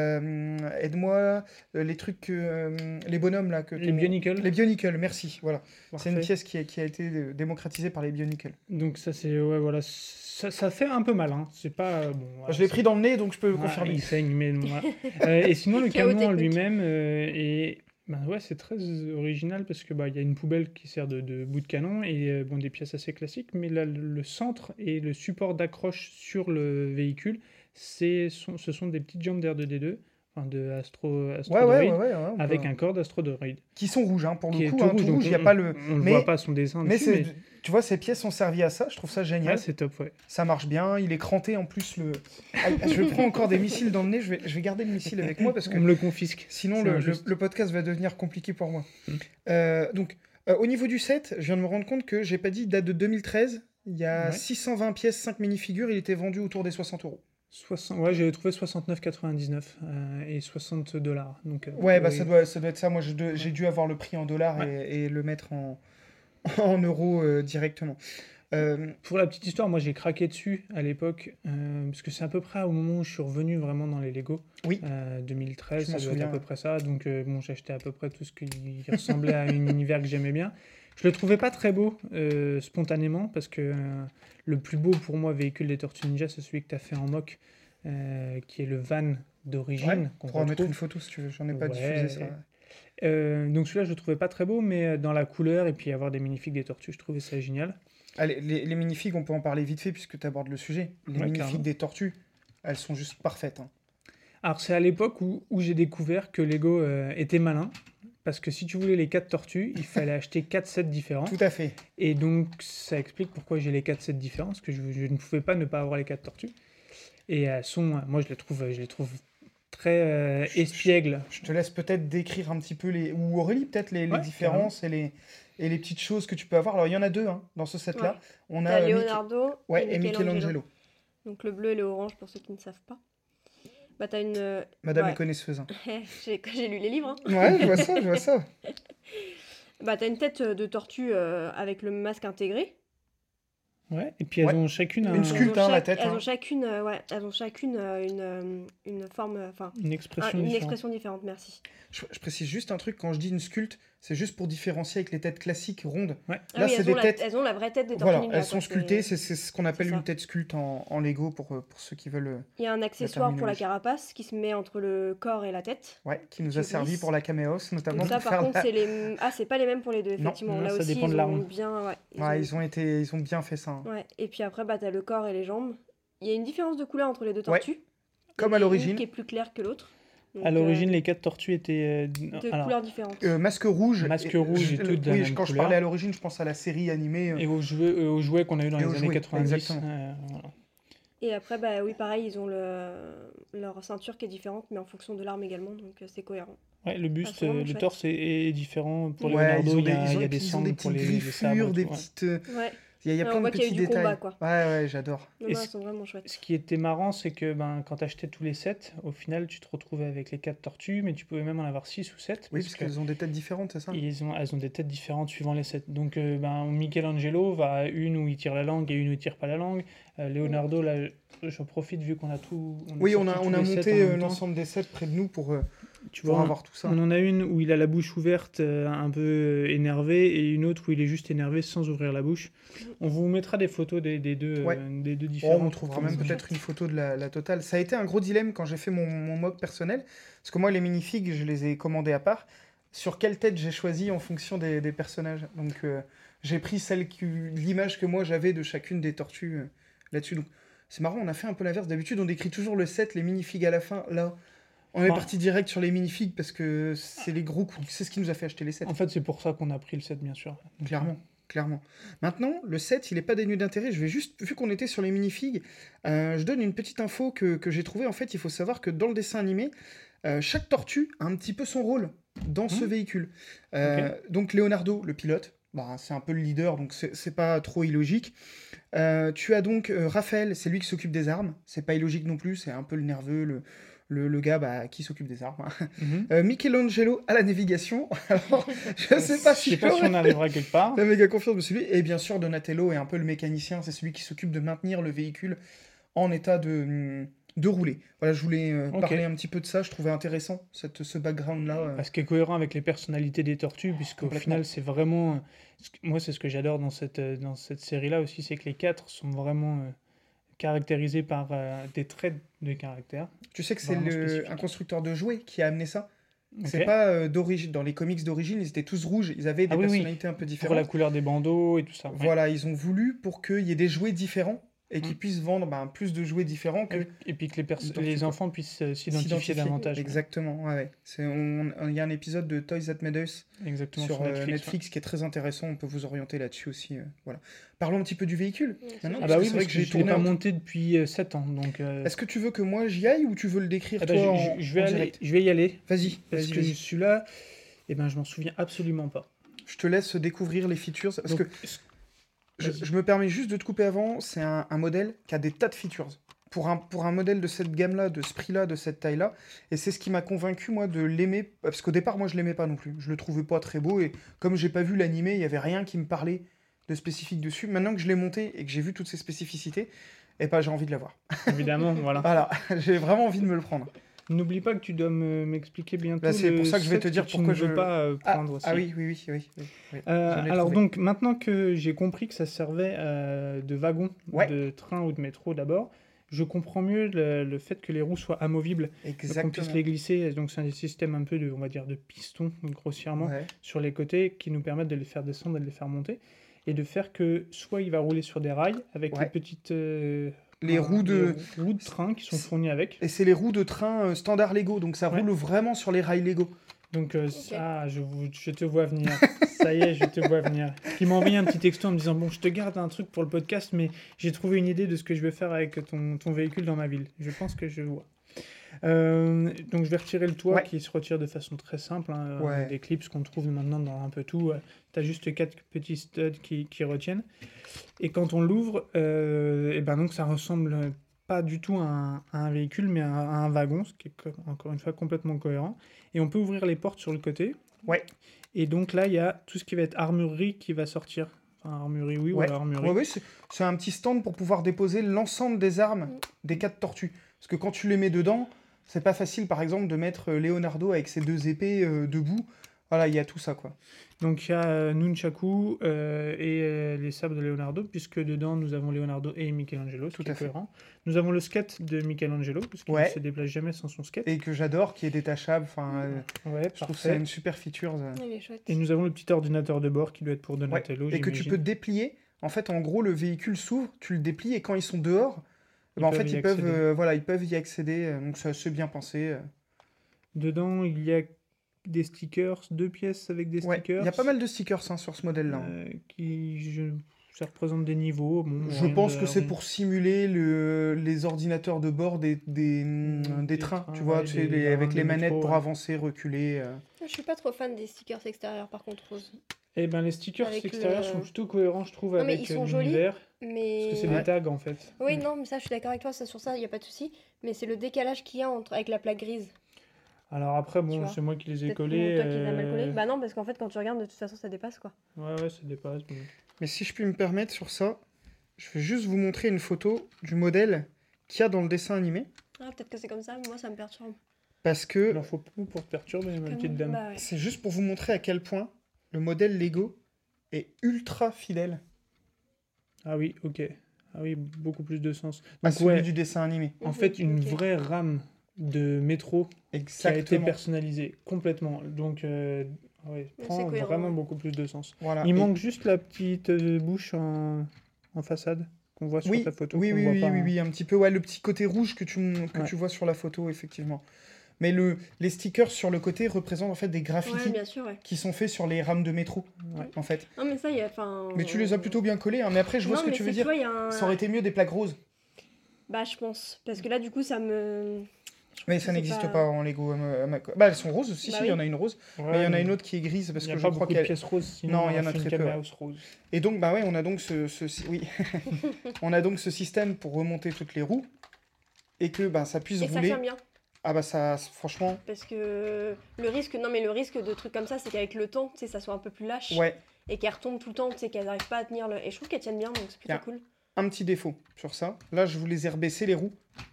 Aide-moi, les trucs, les bonhommes là. Les Bionicle. Les Bionicle, merci. Voilà. C'est une Parfait. pièce qui a été démocratisée par les Bionicle. Donc ça, c'est. Ouais, voilà. Ça fait un peu mal. Hein. C'est pas. Bon, voilà, je l'ai pris dans le nez, donc je peux le Ouais, confirmer. il saigne, mais voilà. Et sinon, le Chaos canon en technique. lui-même est. Ben ouais, c'est très original parce que bah il y a une poubelle qui sert de bout de canon et bon des pièces assez classiques, mais là le centre et le support d'accroche sur le véhicule, ce sont des petites jambes d'R2D2, enfin de Ouais, astrodroïde, on avec peut- un corps d'astrodroïde Qui sont rouges, hein, pour qui le est coup. tout Hein, rouge. tout Donc rouge, il n'y a on- pas le. on ne Mais- voit pas son dessin Mais dessus, tu vois, ces pièces ont servi à ça. Je trouve ça génial. ouais, c'est top, ouais. Ça marche bien. Il est cranté en plus. Je prends encore des missiles dans le nez. Je vais garder le missile avec moi parce que On me le confisque. sinon C'est le injuste. podcast va devenir compliqué pour moi. Mm. Donc, au niveau du set, je viens de me rendre compte que j'ai pas dit, il date de 2013. Il y a Ouais. 620 pièces, 5 minifigures. Il était vendu autour des 60 €. Ouais, j'avais trouvé 69,99 et $60. Donc, Ouais, bah oui. ça doit être ça. Moi, j'ai dû avoir le prix en dollars et le mettre en euros directement. Pour la petite histoire, moi j'ai craqué dessus à l'époque, parce que c'est à peu près au moment où je suis revenu vraiment dans les Lego. Oui. 2013, Je m'en ça doit être à souviens. peu près ça. Donc bon, j'ai acheté à peu près tout ce qui ressemblait à un univers que j'aimais bien. Je le trouvais pas très beau spontanément, parce que le plus beau pour moi véhicule des Tortues Ninja, c'est celui que tu as fait en mock, qui est le van d'origine Ouais, qu'on on pourra mettre retrouve. une photo si tu veux. J'en ai pas Ouais. diffusé ça. Donc celui-là, je le trouvais pas très beau, mais dans la couleur et puis avoir des magnifiques des tortues, je trouvais ça génial. Allez, les minifigs, on peut en parler vite fait puisque tu abordes le sujet. Les Ouais, minifigs carrément. des tortues, elles sont juste parfaites. Hein. Alors c'est à l'époque où j'ai découvert que Lego était malin, parce que si tu voulais les 4 tortues, il fallait acheter 4 sets différents. Tout à fait. Et donc ça explique pourquoi j'ai les 4 sets différents, parce que je ne pouvais pas ne pas avoir les 4 tortues. Et elles sont, moi je les trouve très espiègles. Je te laisse peut-être décrire un petit peu ou Aurélie peut-être les Ouais, différences et les petites choses que tu peux avoir. Alors il y en a deux hein, dans ce set-là. Ouais. On T'as a Leonardo et Michelangelo. Donc le bleu et le orange pour ceux qui ne savent pas. Bah t'as une... Madame Ouais. est connaisseuse. Hein. j'ai lu les livres. Hein. Ouais, je vois ça, je vois ça. Bah t'as une tête de tortue avec le masque intégré. Ouais. Et puis elles Ouais. ont chacune Une sculpte, hein, la tête, Elles hein. ont chacune, une forme, enfin une expression une différente. expression différente. Merci. Je précise juste un truc, quand je dis une sculpte, c'est juste pour différencier avec les têtes classiques rondes. Ouais. Ah Là, oui, c'est des têtes. elles ont la vraie tête des tortues Voilà, ninja, elles quoi, sont sculptées, c'est ce qu'on appelle c'est ça. une tête sculpte en Lego pour ceux qui veulent. Il y a un accessoire pour la terminologie. carapace qui se met entre le corps et la tête. Ouais, qui nous a Qui servi glisse. pour la caméos, notamment Donc ça, pour par faire contre, c'est pas les mêmes pour les deux, Non, effectivement. non, Là ça aussi, dépend de ils l'arme. ont bien... Ouais, Ouais, ils ont bien fait ça. Hein. Ouais. Et puis après, bah, t'as le corps et les jambes. Il y a une différence de couleur entre les deux tortues. Comme Il y en à a l'origine. Une qui est plus claire que l'autre. Donc, À l'origine, les 4 tortues étaient... de alors, couleurs différentes. Masque rouge. Masque rouge et toutes de la Oui, même quand je couleur. parlais à l'origine, je pense à la série animée. et aux jouets qu'on a eu dans Et les aux années jouets, 90. exactement. Voilà. Et après, bah oui, pareil, ils ont leur ceinture qui est différente, mais en fonction de l'arme également, donc c'est cohérent. Ouais, le Ah, buste, c'est vraiment le chouette. torse est différent. Pour Ouais, Leonardo, il y a et des puis ils ont sangles des pour petites les sabres griffures, et des tout, ouais. petites. Ouais. Il y a Ouais, on plein de voit qu'il y a eu petits du détails. combat, quoi. Ouais, j'adore. Non, Et non, elles sont vraiment chouettes. Ce qui était marrant, c'est que quand tu achetais tous les sets, au final, tu te retrouvais avec les 4 tortues, mais tu pouvais même en avoir 6 ou 7. Oui, parce qu'elles ont des têtes différentes, c'est ça? elles ont des têtes différentes suivant les sets. Donc, Michelangelo va à une où il tire la langue et une où il tire pas la langue. Leonardo, là, j'en profite vu qu'on a tout. Oui, on sorti a tous les sets monté en même temps. l'ensemble des sets près de nous pour Tu pour vois, avoir tout ça. on en a une où il a la bouche ouverte, un peu énervé, et une autre où il est juste énervé sans ouvrir la bouche. On vous mettra des photos des deux, Ouais. des deux Oh, différentes. on trouvera même peut-être une photo de la totale. Ça a été un gros dilemme quand j'ai fait mon mock personnel. Parce que moi, les minifigs, je les ai commandés à part. Sur quelle tête j'ai choisi en fonction des personnages. Donc, j'ai pris l'image que moi j'avais de chacune des tortues là-dessus. Donc, c'est marrant, on a fait un peu l'inverse. D'habitude, on décrit toujours le set, les minifigs à la fin. Là, on est Ouais. parti direct sur les minifigs parce que c'est les gros coups. C'est ce qui nous a fait acheter les sets. En fait, c'est pour ça qu'on a pris le set, bien sûr. Donc, Clairement. Maintenant, le set, il n'est pas dénué d'intérêt. Je vais juste, vu qu'on était sur les minifigs, je donne une petite info que j'ai trouvée. En fait, il faut savoir que dans le dessin animé, chaque tortue a un petit peu son rôle dans ce véhicule. Donc, Leonardo, le pilote, c'est un peu le leader, donc c'est pas trop illogique. Tu as donc Raphaël, c'est lui qui s'occupe des armes. C'est pas illogique non plus, c'est un peu le nerveux, le gars qui s'occupe des armes. Michelangelo à la navigation. Alors, je sais pas si on arrivera quelque part. la méga confiance de celui. Et bien sûr, Donatello est un peu le mécanicien, c'est celui qui s'occupe de maintenir le véhicule en état de rouler. Voilà, je voulais parler un petit peu de ça, je trouvais intéressant ce background-là. Ce qui est cohérent avec les personnalités des tortues, puisqu'au final, c'est vraiment... Moi, c'est ce que j'adore dans cette série-là aussi, c'est que les 4 sont vraiment caractérisés par des traits de caractère. Tu sais que c'est un constructeur de jouets qui a amené ça. Ok. C'est pas d'origine. Dans les comics d'origine, ils étaient tous rouges. Ils avaient des personnalités un peu Pour différentes. la couleur des bandeaux et tout ça. Voilà, ils ont voulu pour qu'il y ait des jouets différents et qu'ils puissent vendre plus de jouets différents que Et puis que les tortues, enfants puissent s'identifier davantage. Exactement, ouais. Il y a un épisode de Toys That Made Us Exactement, sur Netflix qui est très intéressant. On peut vous orienter là-dessus aussi. Voilà. Parlons un petit peu du véhicule. Maintenant, Ah parce bah que oui, c'est vrai parce que que j'ai je l'ai tourné. pas monté depuis 7 ans. Donc, Est-ce que tu veux que moi j'y aille ou tu veux le décrire bah, toi je vais en aller, direct je vais y aller. Vas-y, Parce que celui-là, je m'en souviens absolument pas. Je te laisse découvrir les features parce Donc, que je me permets juste de te couper avant. C'est un modèle qui a des tas de features. Pour un modèle de cette gamme-là, de ce prix-là, de cette taille-là. Et c'est ce qui m'a convaincu, moi, de l'aimer. Parce qu'au départ, moi, je l'aimais pas non plus. Je le trouvais pas très beau. Et comme j'ai pas vu l'animé, il y avait rien qui me parlait de spécifique dessus. Maintenant que je l'ai monté et que j'ai vu toutes ces spécificités, j'ai envie de l'avoir. Évidemment, voilà. Voilà, j'ai vraiment envie de me le prendre. N'oublie pas que tu dois m'expliquer bientôt. C'est pour ça que je vais set te dire tu pourquoi ne veux pas prendre aussi. Ah oui. Je l'ai Alors trouvé. donc, maintenant que j'ai compris que ça servait de wagon, de train ou de métro d'abord, je comprends mieux le fait que les roues soient amovibles, qu'on puisse les glisser. Donc c'est un système un peu on va dire de piston, grossièrement, sur les côtés, qui nous permettent de les faire descendre et de les faire monter, et de faire que soit il va rouler sur des rails avec les petites roues de train qui sont fournies avec. Et c'est les roues de train standard Lego, donc ça roule vraiment sur les rails Lego. Donc je te vois venir. Ça y est, je te vois venir. Il m'a envoyé un petit texto en me disant bon, je te garde un truc pour le podcast, mais j'ai trouvé une idée de ce que je vais faire avec ton véhicule dans ma ville. Je pense que je vois. Donc je vais retirer le toit qui se retire de façon très simple, des clips qu'on trouve maintenant dans un peu tout. T'as juste 4 petits studs qui retiennent. Et quand on l'ouvre, donc ça ressemble pas du tout à un véhicule, mais à un wagon, ce qui est encore une fois complètement cohérent. Et on peut ouvrir les portes sur le côté. Et donc là, il y a tout ce qui va être armurerie qui va sortir. Enfin, armurerie, oui, ou alors armurerie. Oui, c'est un petit stand pour pouvoir déposer l'ensemble des armes des 4 tortues. Parce que quand tu les mets dedans, c'est pas facile, par exemple, de mettre Leonardo avec ses 2 épées debout. Voilà, il y a tout ça, quoi. Donc il y a Nunchaku et les sabres de Leonardo, puisque dedans nous avons Leonardo et Michelangelo, tout à fait cohérent. Nous avons le skate de Michelangelo, puisqu'il ne se déplace jamais sans son skate. Et que j'adore, qui est détachable. Enfin, je trouve que c'est une super feature. Il est chouette. Et nous avons le petit ordinateur de bord qui doit être pour Donatello. Et que tu peux déplier. En fait, en gros, le véhicule s'ouvre, tu le déplies, et quand ils sont dehors, ils peuvent y accéder. Donc c'est bien pensé. Dedans, il y a des stickers, 2 pièces avec des stickers. Il y a pas mal de stickers sur ce modèle-là. Ça représente des niveaux. Bon, Je rien pense de- que c'est rien- pour simuler les ordinateurs de bord des trains, tu vois, ouais, tu sais, des avec rames les de manettes métro, pour ouais. avancer, reculer. Je suis pas trop fan des stickers extérieurs par contre rose. Eh ben, les stickers Avec extérieurs le- sont plutôt cohérents, je trouve, Non, mais avec ils sont jolis, l'univers. Mais. Parce que c'est Ouais. des tags, en fait. Oui, non, mais ça, je suis d'accord avec toi, ça, sur ça, il n'y a pas de souci. Mais c'est le décalage qu'il y a avec la plaque grise. Alors après, Tu bon, vois. c'est moi qui les ai Peut-être collés. toi qui les as mal collés. Bah non, parce qu'en fait, quand tu regardes, de toute façon, ça dépasse quoi. Ouais, ça dépasse. Mais... Mais si je puis me permettre sur ça, je vais juste vous montrer une photo du modèle qu'il y a dans le dessin animé. Ah, peut-être que c'est comme ça, mais moi, ça me perturbe. Parce que Il en faut peu pour te perturber, ma Comme- petite dame. Bah ouais. c'est juste pour vous montrer à quel point le modèle Lego est ultra fidèle Ah oui, ok. Ah oui, beaucoup plus de sens. à Donc celui ouais, du dessin animé. en fait, une Ok. vraie rame de métro qui a été Exactement. personnalisée complètement. Donc, ouais, Mais prend c'est cohérent, vraiment ouais. beaucoup plus de sens. Voilà. Il Et- manque juste la petite bouche en façade qu'on voit sur Oui, ta photo. oui, qu'on oui, voit oui, pas oui, en- oui, un petit peu. Ouais, le petit côté rouge que Ouais. tu vois sur la photo, effectivement. Mais les stickers sur le côté représentent en fait des Ouais, graffitis bien sûr, ouais. qui sont faits sur les rames de métro, Ouais. en fait. Non, mais ça, il y a. Enfin. Mais tu les as plutôt bien collés, hein. Mais après, je vois Non, ce que mais tu veux c'est dire. toi, il y a un. Ça aurait été mieux des plaques roses. Bah, je pense. Parce que là, du coup, ça me. Mais que ça c'est n'existe pas- pas en Lego. Bah, elles sont roses aussi, Bah si, il y en a une rose. Ouais, Mais il y en a une autre qui est grise parce Il n'y que a je pas crois beaucoup de qu'elle. pièces roses, sinon Non, on il y en aurait a fait une très peu, Camel House rose. Et donc, bah ouais, on a donc oui. On a donc ce système pour remonter toutes les roues et que bah, ça puisse Et ça rouler. tient bien. Ah bah ça, franchement, Parce que le risque. Non, mais le risque de trucs comme ça, c'est qu'avec le temps, tu sais, ça soit un peu plus lâche. ouais. Et qu'elles retombent tout le temps, tu sais, qu'elles n'arrivent pas à tenir le. Et je trouve qu'elles tiennent bien, donc c'est plutôt Bien. cool. Un petit défaut sur ça. Là, je vous les ai rebaissés les roues.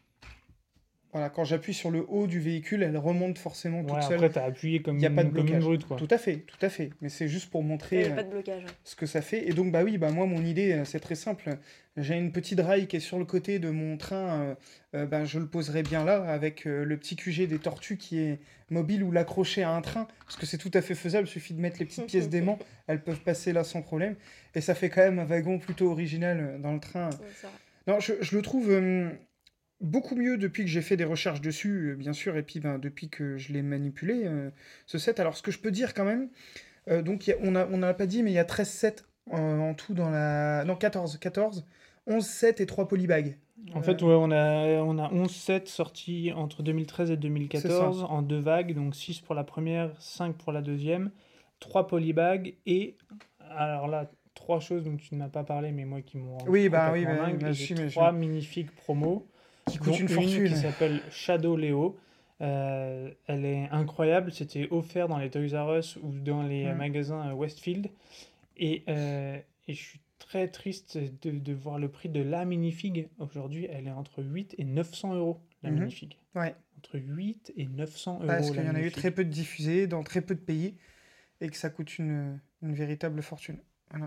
Voilà, quand j'appuie sur le haut du véhicule, elles remontent forcément Ouais, toutes seules. après, t'as appuyé comme, Il y a pas de comme une blocage. brute, quoi. Tout à fait. Mais c'est juste pour Il montrer n'y a pas de blocage. Ouais. ce que ça fait. Et donc, bah oui, bah moi, mon idée, c'est très simple. J'ai une petite rail qui est sur le côté de mon train. Ben, je le poserai bien là, avec le petit QG des tortues qui est mobile ou l'accrocher à un train. Parce que c'est tout à fait faisable. Il suffit de mettre les petites pièces d'aimant. Elles peuvent passer là sans problème. Et ça fait quand même un wagon plutôt original dans le train. Ouais, c'est vrai. Non, je le trouve beaucoup mieux depuis que j'ai fait des recherches dessus, bien sûr, et puis ben, depuis que je l'ai manipulé, ce set. Alors, ce que je peux dire quand même, donc on n'a pas dit, mais il y a 13 sets en tout dans la... Non, 14. 11 sets et 3 polybags. En fait, ouais, on a 11 sets sortis entre 2013 et 2014 en deux vagues, donc 6 pour la première, 5 pour la deuxième, 3 polybags et, alors là, 3 choses dont tu n'as pas parlé, mais moi qui m'ont rendu Oui, bah oui, complètement bah, dingue, bah, j'ai si, mais 3 minifigs promo, Qui coûtent dont une fortune. qui s'appelle Shadow Leo. Elle est incroyable, c'était offert dans les Toys R Us ou dans les magasins Westfield. Et je suis très triste de voir le prix de la minifig. Aujourd'hui, elle est entre 8 et 900 euros, la Mhm. minifig. Ouais, Entre 8 et 900 euros. parce la qu'il y en a eu minifig. très peu de diffusés, dans très peu de pays, et que ça coûte une véritable fortune. Voilà.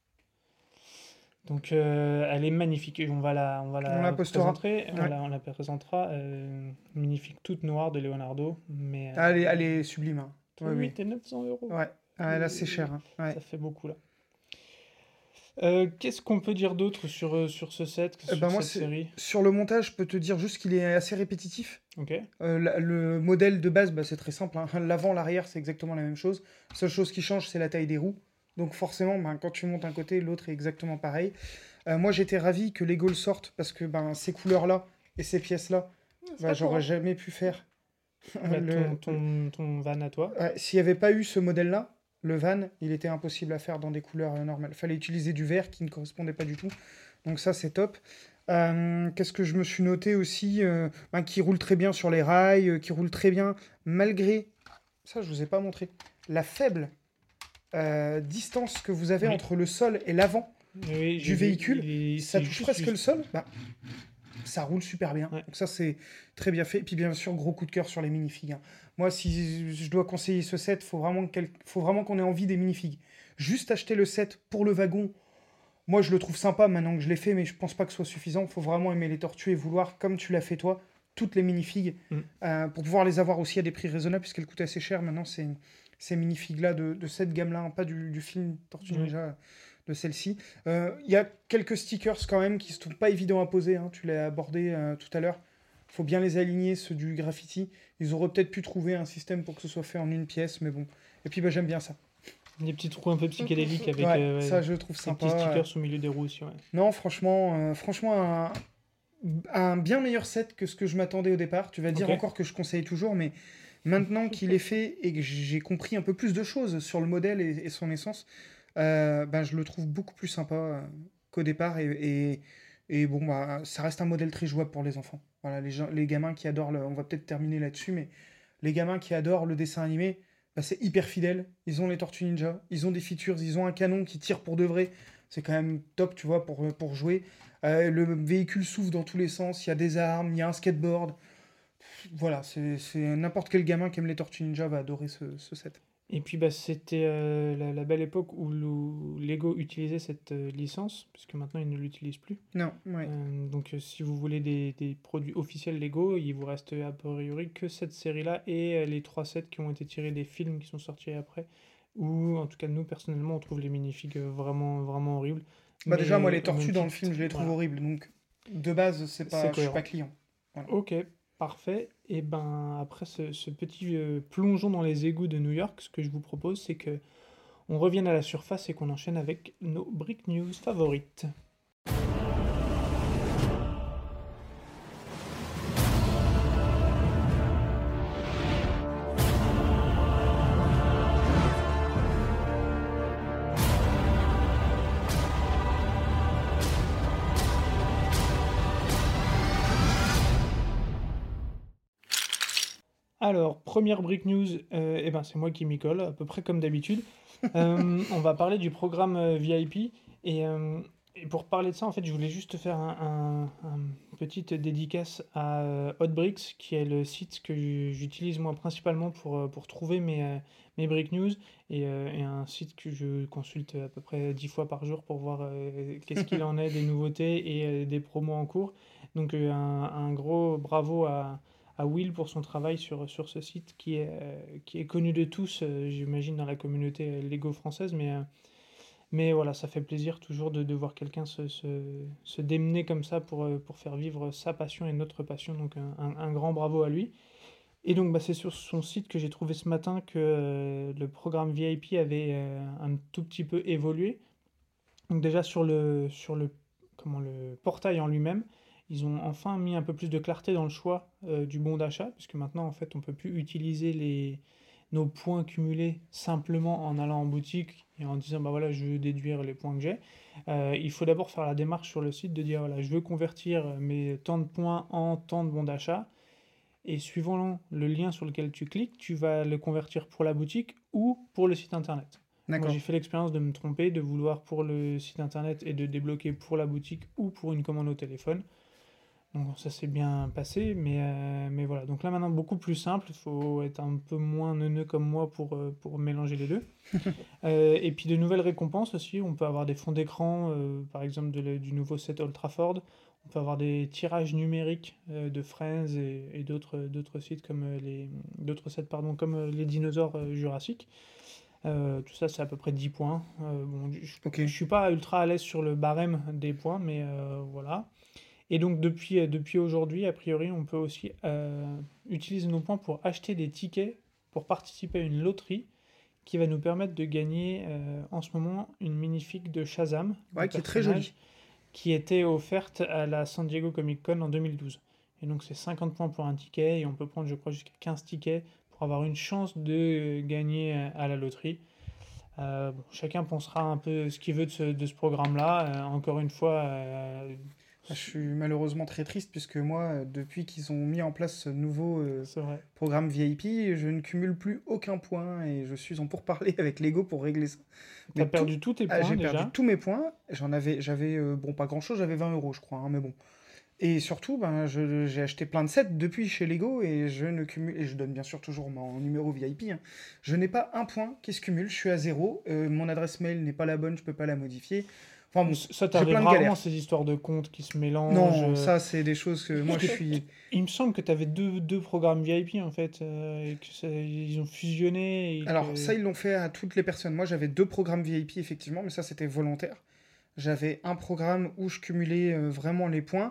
Donc, elle est magnifique. Et on la On la postera. présenter. Ouais. On la présentera. Magnifique, toute noire de Leonardo. Mais, Ah, elle est sublime. Hein. entre Ouais, 8 et 900 euros. Ouais. Ah, là, c'est cher. Hein. Ouais. Ça fait beaucoup, là. Qu'est-ce qu'on peut dire d'autre sur ce set, sur ben, moi, cette série? Sur le montage, je peux te dire juste qu'il est assez répétitif. Ok. Le modèle de base, bah, c'est très simple. Hein. L'avant, l'arrière, c'est exactement la même chose. Seule chose qui change, c'est la taille des roues. Donc forcément, ben, quand tu montes un côté, l'autre est exactement pareil. Moi, j'étais ravi que Lego le sorte parce que ben, ces couleurs-là et ces pièces-là, C'est bah, pas j'aurais pour, hein. jamais pu faire. Bah, Le- ton van à toi. Ouais, s'il n'y avait pas eu ce modèle-là, le van, il était impossible à faire dans des couleurs normales. Il fallait utiliser du vert qui ne correspondait pas du tout. Donc ça, c'est top. Qu'est-ce que je me suis noté aussi ben, qui roule très bien sur les rails, qui roule très bien malgré, ça je vous ai pas montré, la faible distance que vous avez Oui. entre le sol et l'avant. Oui, Du j'ai vu, véhicule, Ça c'est touche juste- presque le sol. Bah, ça roule super bien. Ouais. Donc ça, c'est très bien fait. Et puis bien sûr, gros coup de cœur sur les minifigs. Hein. Moi, si je dois conseiller ce set, faut vraiment qu'on ait envie des minifigs. Juste acheter le set pour le wagon, moi, je le trouve sympa maintenant que je l'ai fait, mais je pense pas que ce soit suffisant. Faut vraiment aimer les tortues et vouloir, comme tu l'as fait toi, toutes les minifigs pour pouvoir les avoir aussi à des prix raisonnables, puisqu'elles coûtent assez cher maintenant, ces minifigs-là de cette gamme-là, hein, pas du film Tortue Ninja, de celle-ci. Il y a quelques stickers quand même qui ne sont pas évidents à poser, hein, tu l'as abordé tout à l'heure. Il faut bien les aligner, ceux du graffiti. Ils auraient peut-être pu trouver un système pour que ce soit fait en une pièce, mais bon. Et puis bah, j'aime bien ça. Des petits trous un peu psychédéliques avec Ouais, ça je trouve ces sympa. petits stickers au milieu des roues aussi. Ouais. Non, franchement, un bien meilleur set que ce que je m'attendais au départ. Tu vas dire Ok. encore que je conseille toujours, mais maintenant qu'il est fait et que j'ai compris un peu plus de choses sur le modèle et son essence, ben, je le trouve beaucoup plus sympa qu'au départ. Et bon, bah, ça reste un modèle très jouable pour les enfants. Voilà, les gamins qui adorent, on va peut-être terminer là-dessus, mais les gamins qui adorent le dessin animé, bah, c'est hyper fidèle. Ils ont les Tortues Ninja, ils ont des features, ils ont un canon qui tire pour de vrai. C'est quand même top, tu vois, pour jouer. Le véhicule s'ouvre dans tous les sens, il y a des armes, il y a un skateboard. Voilà, c'est n'importe quel gamin qui aime les Tortues Ninja va adorer ce set. Et puis bah, c'était la belle époque où Lego utilisait cette licence, puisque maintenant ils ne l'utilisent plus. Non, ouais. Donc si vous voulez des produits officiels Lego, il vous reste a priori que cette série-là et les 3 sets qui ont été tirés des films qui sont sortis après. Ou en tout cas nous personnellement on trouve les minifigs vraiment, vraiment horribles. Bah déjà, moi, les au même tortues dans le titre, film, je les trouve voilà. horribles. Donc, de base, C'est je suis cohérent. pas client. Voilà. Ok, parfait. Et ben après ce petit plongeon dans les égouts de New York, ce que je vous propose, c'est que on revienne à la surface et qu'on enchaîne avec nos Brick News favorites. Alors, première Brick News, eh ben, c'est moi qui m'y colle, à peu près comme d'habitude. On va parler du programme VIP. Et pour parler de ça, en fait, je voulais juste faire un petite dédicace à Hotbricks, qui est le site que j'utilise moi principalement pour trouver mes Brick News, et un site que je consulte à peu près 10 fois par jour pour voir qu'est-ce qu'il en est des nouveautés et des promos en cours. Donc un gros bravo à Will pour son travail sur ce site qui est connu de tous, j'imagine, dans la communauté Lego française, mais voilà, ça fait plaisir toujours de voir quelqu'un se démener comme ça pour faire vivre sa passion et notre passion, donc un grand bravo à lui. Et donc bah, c'est sur son site que j'ai trouvé ce matin que le programme VIP avait un tout petit peu évolué. Donc déjà sur le portail en lui-même, ils ont enfin mis un peu plus de clarté dans le choix du bon d'achat, puisque maintenant en fait on peut plus utiliser nos points cumulés simplement en allant en boutique et en disant bah voilà je veux déduire les points que j'ai. Il faut d'abord faire la démarche sur le site de dire voilà je veux convertir mes tant de points en tant de bons d'achat, et suivant le lien sur lequel tu cliques, tu vas le convertir pour la boutique ou pour le site internet. Moi, D'accord. j'ai fait l'expérience de me tromper, de vouloir pour le site internet et de débloquer pour la boutique ou pour une commande au téléphone. Donc ça s'est bien passé, mais voilà. Donc là maintenant beaucoup plus simple, il faut être un peu moins neuneux comme moi pour mélanger les deux. Et puis de nouvelles récompenses aussi, on peut avoir des fonds d'écran, par exemple du nouveau set Old Trafford. On peut avoir des tirages numériques de Friends et d'autres sites comme d'autres sets pardon, comme les dinosaures jurassiques. Tout ça, c'est à peu près 10 points. Bon, Ok. je suis pas ultra à l'aise sur le barème des points, mais voilà. Et donc, depuis aujourd'hui, a priori, on peut aussi utiliser nos points pour acheter des tickets pour participer à une loterie qui va nous permettre de gagner en ce moment une minifig de Shazam, Ouais, le qui est très personnage, jolie. qui était offerte à la San Diego Comic Con en 2012. Et donc, c'est 50 points pour un ticket et on peut prendre, je crois, jusqu'à 15 tickets pour avoir une chance de gagner à la loterie. Bon, chacun pensera un peu ce qu'il veut de ce programme-là. Encore une fois, Je suis malheureusement très triste puisque moi, depuis qu'ils ont mis en place ce nouveau c'est vrai. programme VIP, je ne cumule plus aucun point et je suis en pourparlers avec Lego pour régler ça. T'as Mais perdu tous tes points j'ai déjà. perdu tous mes points. J'avais, bon, pas grand-chose, j'avais 20 euros, je crois, hein, mais bon. Et surtout, ben, j'ai acheté plein de sets depuis chez Lego et je ne cumule, et je donne bien sûr toujours mon numéro VIP, hein. Je n'ai pas un point qui se cumule, je suis à 0. Mon adresse mail n'est pas la bonne, je peux pas la modifier. Enfin bon, Ça j'ai t'arrive plein de rarement galères. ces histoires de comptes qui se mélangent. Non, ça c'est des choses que moi je suis. Il me semble que t'avais deux programmes VIP en fait, et que ils ont fusionné. Et Alors que- ça ils l'ont fait à toutes les personnes. Moi j'avais 2 programmes VIP effectivement, mais ça c'était volontaire. J'avais un programme où je cumulais vraiment les points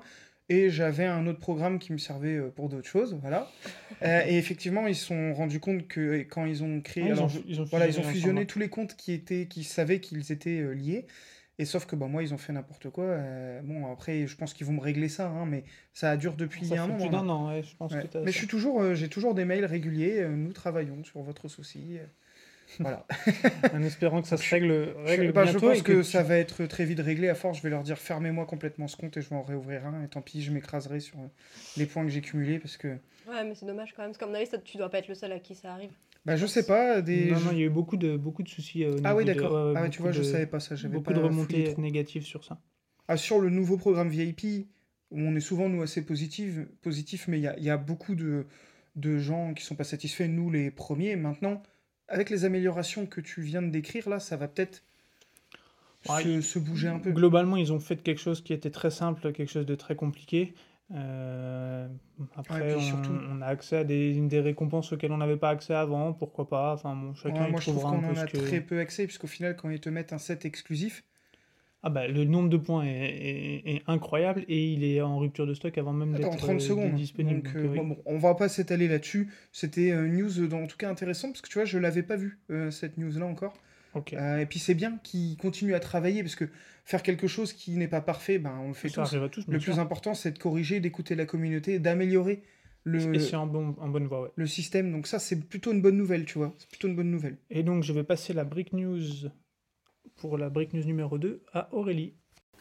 et j'avais un autre programme qui me servait pour d'autres choses, voilà. Et effectivement, ils se sont rendus compte que quand ils ont créé... Ah, alors, ils ont voilà, ils ont fusionné fusionné ensemble. tous les comptes qui savaient qu'ils étaient liés. Et sauf que moi, ils ont fait n'importe quoi. Bon, après, je pense qu'ils vont me régler ça, hein, mais ça dure depuis Ça un fait moment. plus là. d'un an, ouais, je pense Ouais. que t'as Mais ça. j'ai toujours des mails réguliers. Nous travaillons sur votre souci. Voilà. En espérant que ça se règle Je bientôt pense et que tu- ça va être très vite réglé. À force, je vais leur dire fermez-moi complètement ce compte et je vais en réouvrir un. Et tant pis, je m'écraserai sur les points que j'ai cumulés parce que. Ouais, mais c'est dommage quand même, parce qu'à mon avis, tu dois pas être le seul à qui ça arrive. Je sais pas. Non, il y a eu beaucoup de soucis au Ah oui, niveau de... d'accord. ouais, Ah ouais, tu vois, je savais pas ça. J'avais beaucoup pas de fouillé remontées trop. négatives sur ça. Ah, sur le nouveau programme VIP, où on est souvent, nous, assez positifs, mais il y a beaucoup de gens qui sont pas satisfaits, nous, les premiers. Maintenant, avec les améliorations que tu viens de décrire, là, ça va peut-être Ouais, se bouger un peu. Globalement, ils ont fait quelque chose qui était très simple, quelque chose de très compliqué. Après, Ouais, puis surtout- on a accès à des récompenses auxquelles on n'avait pas accès avant, pourquoi pas. Enfin, bon, chacun Ouais, y moi, je trouve trouvera un qu'on peu en ce a que... très peu accès, puisqu'au final, quand ils te mettent un set exclusif, Ah bah, le nombre de points est incroyable et il est en rupture de stock avant même dans d'être 30 secondes. disponible. Donc, Donc, oui. bon, on va pas s'étaler là-dessus. C'était une news, en tout cas, intéressante, parce que tu vois, je l'avais pas vue, cette news-là encore. Ok. Et puis c'est bien qu'ils continuent à travailler, parce que faire quelque chose qui n'est pas parfait, on le fait Ça tous. arrive à tous, bien Le sûr. plus important, c'est de corriger, d'écouter la communauté, d'améliorer Et c'est en bonne voie, ouais. le système. Donc ça, c'est plutôt une bonne nouvelle, tu vois. C'est plutôt une bonne nouvelle. Et donc, je vais passer la Brick News pour la Brick News numéro 2 à Aurélie.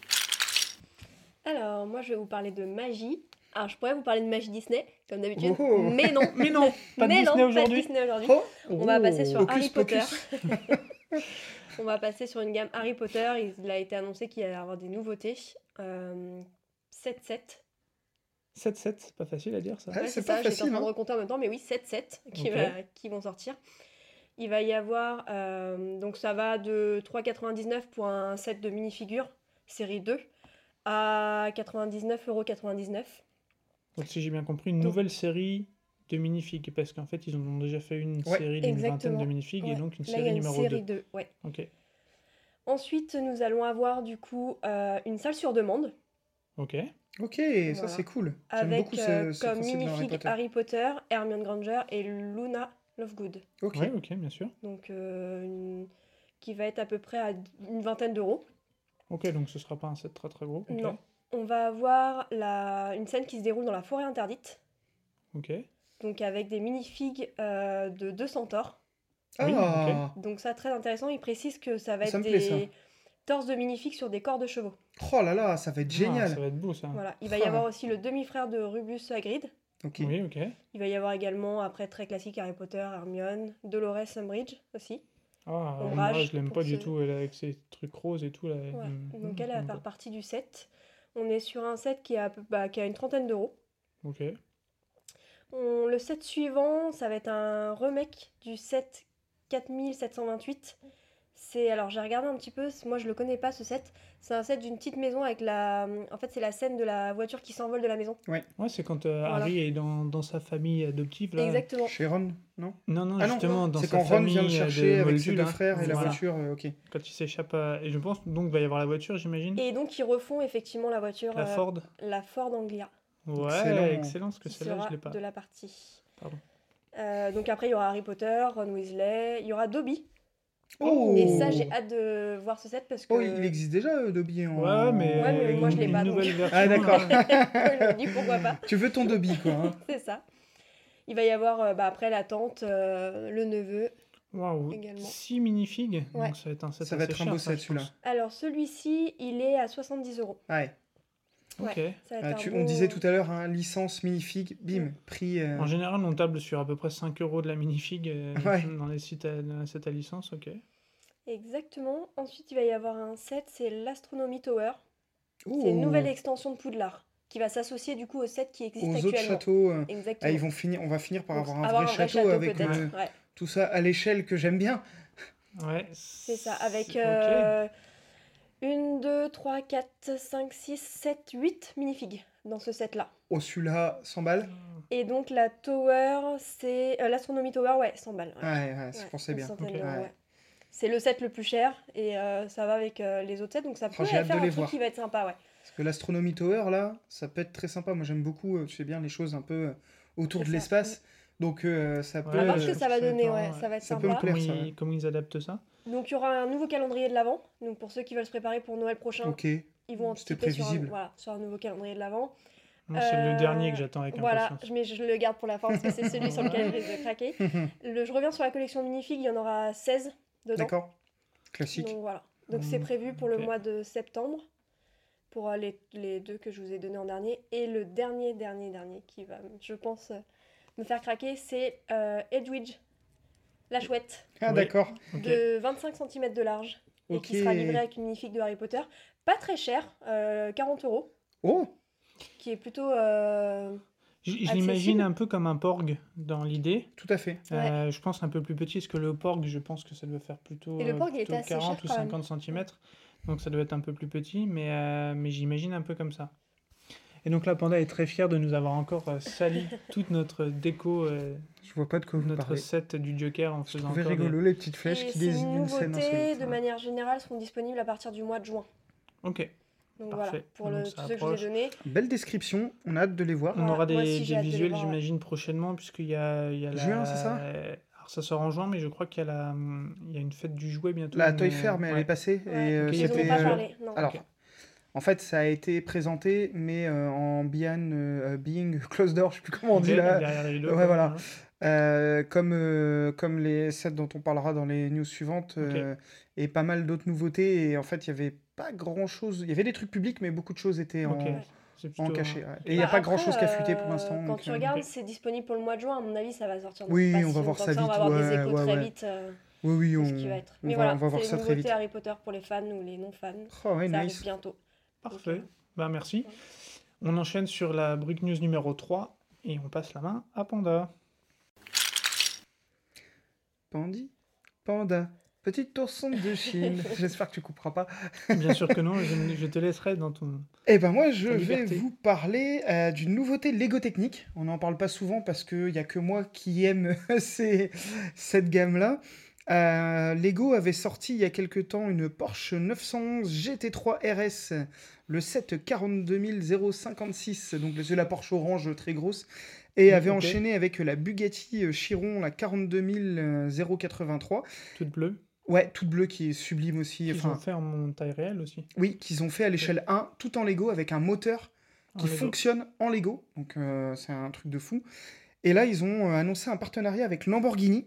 Alors, moi, je vais vous parler de magie. Alors, je pourrais vous parler de magie Disney, comme d'habitude, Oh. mais non. Mais non, pas de Mais Disney non, pas de aujourd'hui. Disney aujourd'hui. Oh, On va passer sur Hocus Harry Potter. Pocus. On va passer sur une gamme Harry Potter. Il a été annoncé qu'il allait y avoir des nouveautés. 7-7. 7-7, c'est pas facile à dire ça. Ouais, c'est ça, pas j'étais en facile, train de hein. recompter en même temps, mais oui, 7-7 Ok. qui vont sortir. Il va y avoir, donc ça va de 3,99 pour un set de minifigures, série 2, à 99,99 €. Donc, si j'ai bien compris, une Donc- nouvelle série de minifigs, parce qu'en fait, ils en ont déjà fait une Ouais, série d'une vingtaine exactement. de minifigs et Ouais. donc une Là, il y a série une numéro série 2. 2, ouais. Ok. Ensuite, nous allons avoir du coup une salle sur demande, Ok. Ok, Voilà. ça c'est cool. J'aime avec beaucoup ce comme concept dans Harry minifig Potter. Harry Potter, Hermione Granger et Luna Lovegood. Ok. Ouais, ok, bien sûr. Donc, qui va être à peu près à une vingtaine d'euros. Ok, donc ce sera pas un set très très gros. Ok. Non. On va avoir une scène qui se déroule dans la forêt interdite, Ok. donc avec des minifigs de 2 centaures. Oui, Ah, Donc ça, très intéressant. Il précise que ça va Ça être me plaît, ça. des torses de minifigs sur des corps de chevaux. Oh là là, ça va être Ah, génial. ça va être beau ça. Voilà. Il va y Ah. avoir aussi le demi-frère de Rubius Hagrid. Ok. Oui, ok. Il va y avoir également, après, très classique, Harry Potter, Hermione, Dolores Umbridge aussi. Ah, Ombrage, moi je l'aime pour pas du ceux- tout, elle avec ses trucs roses et tout. Là. Ouais. Donc Mm, elle va j'aime faire pas. partie du set. On est sur un set qui a une trentaine d'euros. Ok. Le set suivant, ça va être un remake du set 4728. Alors j'ai regardé un petit peu, moi je le connais pas ce set. C'est un set d'une petite maison avec en fait c'est la scène de la voiture qui s'envole de la maison. Ouais, c'est quand Voilà. Harry est dans sa famille adoptive. Là. Exactement. Chez Ron, non? Non, non, Ah non, justement, dans c'est sa quand Ron famille vient le chercher de avec Moldu, ses deux là. frères et la Voilà. voiture, ok. Quand il s'échappe Et je pense donc il va y avoir la voiture, j'imagine. Et donc ils refont effectivement la voiture, La Ford. la Ford Anglia, Ouais, Excellent. excellent, parce que qui celle-là, sera je l'ai pas. de la partie. Pardon. Donc après il y aura Harry Potter, Ron Weasley, il y aura Dobby. Oh! Et ça j'ai hâte de voir ce set parce que... Oh, il existe déjà Dobby en. Ouais, mais, Ouais, mais moi, je l'ai une pas, donc. nouvelle version. Ah, d'accord. je me dis pourquoi pas. Tu veux ton Dobby, quoi. Hein. C'est ça. Il va y avoir après la tante, le neveu. Waouh, Également. 6 minifigs. Ouais. Donc ça va être un set Ça va assez être un cher, beau ça, set, je celui-là. pense. Alors celui-ci, il est à 70 €. Ouais. Ok. Ça va être un On beau- disait tout à l'heure, hein, licence, minifig, bim, Mm. prix. En général, on table sur à peu près 5 € de la minifig Ouais. dans les sites à licence, ok. Exactement. Ensuite, il va y avoir un set, c'est l'Astronomy Tower. Oh, C'est une nouvelle extension de Poudlard qui va s'associer du coup au set qui existe aux autres actuellement. châteaux. Exactement. On va finir par Donc, avoir un vrai château avec peut-être. Ouais. tout ça à l'échelle que j'aime bien. Ouais. C'est ça, avec Ok. 1, 2, 3, 4, 5, 6, 7, 8 minifigs dans ce set-là. Oh, celui-là, 100 balles. Et donc la Tower, c'est... l'Astronomy Tower, ouais, 100 balles. Ouais. Ouais, je Ouais, pensais une bien. centaine Ok. d'euros, Ouais. ouais. c'est le set le plus cher et ça va avec les autres sets, donc ça peut j'ai hâte faire de un les truc voir. qui va être sympa, ouais. Parce que l'Astronomy Tower, là, ça peut être très sympa. Moi, j'aime beaucoup, tu sais bien, les choses un peu autour C'est de ça. l'espace. Donc, ça peut... À voir ce que je ça va sais donner, pas, ouais, ça va être ça peut me sympa. plaire. Comment ça, ouais. comment ils adaptent ça? Donc il y aura un nouveau calendrier de l'Avent, donc pour ceux qui veulent se préparer pour Noël prochain, Ok. ils vont C'était anticiper prévisible. sur un nouveau calendrier de l'Avent. Moi, c'est le dernier que j'attends avec Voilà, impatience. mais je le garde pour la fin parce que c'est celui sur lequel je risque de craquer. Je reviens sur la collection minifig, il y en aura 16 dedans. D'accord. Classique. Donc voilà. Donc c'est prévu pour le ok. mois de septembre, pour les deux que je vous ai donnés en dernier. Et le dernier qui va, je pense, me faire craquer, c'est Edwidge, la chouette, Ah, Oui. d'accord. Ok. de 25 cm de large, et Ok. qui sera livrée avec une minifig de Harry Potter. Pas très cher, 40 €, Oh, qui est plutôt... Je accessible. l'imagine un peu comme un Porg dans l'idée. tout à fait. Je pense un peu plus petit, parce que le Porg, je pense que ça doit faire plutôt, Et le Porg, il était plutôt assez 40 cher ou quand même. 50 cm. Donc ça doit être un peu plus petit, mais j'imagine un peu comme ça. Et donc là, Panda est très fier de nous avoir encore sali toute notre déco, Je vois pas de quoi vous notre parlez. set du Joker en Je faisant trouvais encore des- rigolo les petites flèches Et qui ces désignent une scène nouveautés, insolite. de manière générale, seront disponibles à partir du mois de juin. Ok, Donc Parfait. voilà, pour Donc ça tous ceux que je vous approche. ai donnés. Belle description, on a hâte de les voir. on Voilà, aura moi aussi, des j'ai hâte de les visuels, voir, ouais. j'imagine, prochainement, puisqu'il y a la... Juin, c'est ça Alors ça sort en juin, mais je crois qu'il y a, il y a une fête du jouet bientôt. La une- Toy Fair, mais elle ouais. est passée. Ouais. Et Ok, Ils n'en c'était. ont pas parlé, non. Alors, Ok. en fait, ça a été présenté, mais en being closed door, je sais plus comment on Ok, dit là. derrière les rideaux, Ouais, quoi, voilà. Comme les sets dont on parlera dans les news suivantes, Ok. et pas mal d'autres nouveautés. Et en fait, il y avait pas grand chose. Il y avait des trucs publics, mais beaucoup de choses étaient Ok. C'est en plutôt, cachet. hein. Ouais. Et il n'y a Bah, pas grand après, chose qui a fuité pour l'instant. Quand donc, tu regardes, ok. c'est disponible pour le mois de juin. À mon avis, ça va sortir. dans Oui, pas on si va voir longtemps ça que On vite, va avoir des ouais, échos ouais, très ouais. vite oui, de ce qui va être. Mais on voilà, va voir c'est ça une très nouveauté vite. Harry Potter pour les fans ou les non-fans. Oh, ouais, Ça arrive nice. bientôt. Parfait. Donc, Bah, merci. On enchaîne sur la Brick News numéro 3 et on passe la main à Panda. Panda, petite ourson de Chine. J'espère que tu couperas pas. Bien sûr que non, je te laisserai dans ton... Eh ben moi, je Ta vais liberté. vous parler d'une nouveauté Lego Technique. On n'en parle pas souvent parce qu'il n'y a que moi qui aime cette gamme-là. Lego avait sorti il y a quelque temps une Porsche 911 GT3 RS, le 742 056, donc c'est la Porsche orange très grosse, et Oui, avait ok. enchaîné avec la Bugatti Chiron, la 42 083. toute bleue. Ouais, toute bleue qui est sublime aussi. Qu'ils Enfin, ont fait en taille réelle aussi. oui, qu'ils ont fait à l'échelle 1, tout en Lego, avec un moteur En qui Lego. fonctionne en Lego. Donc c'est un truc de fou. Et là, ils ont annoncé un partenariat avec Lamborghini.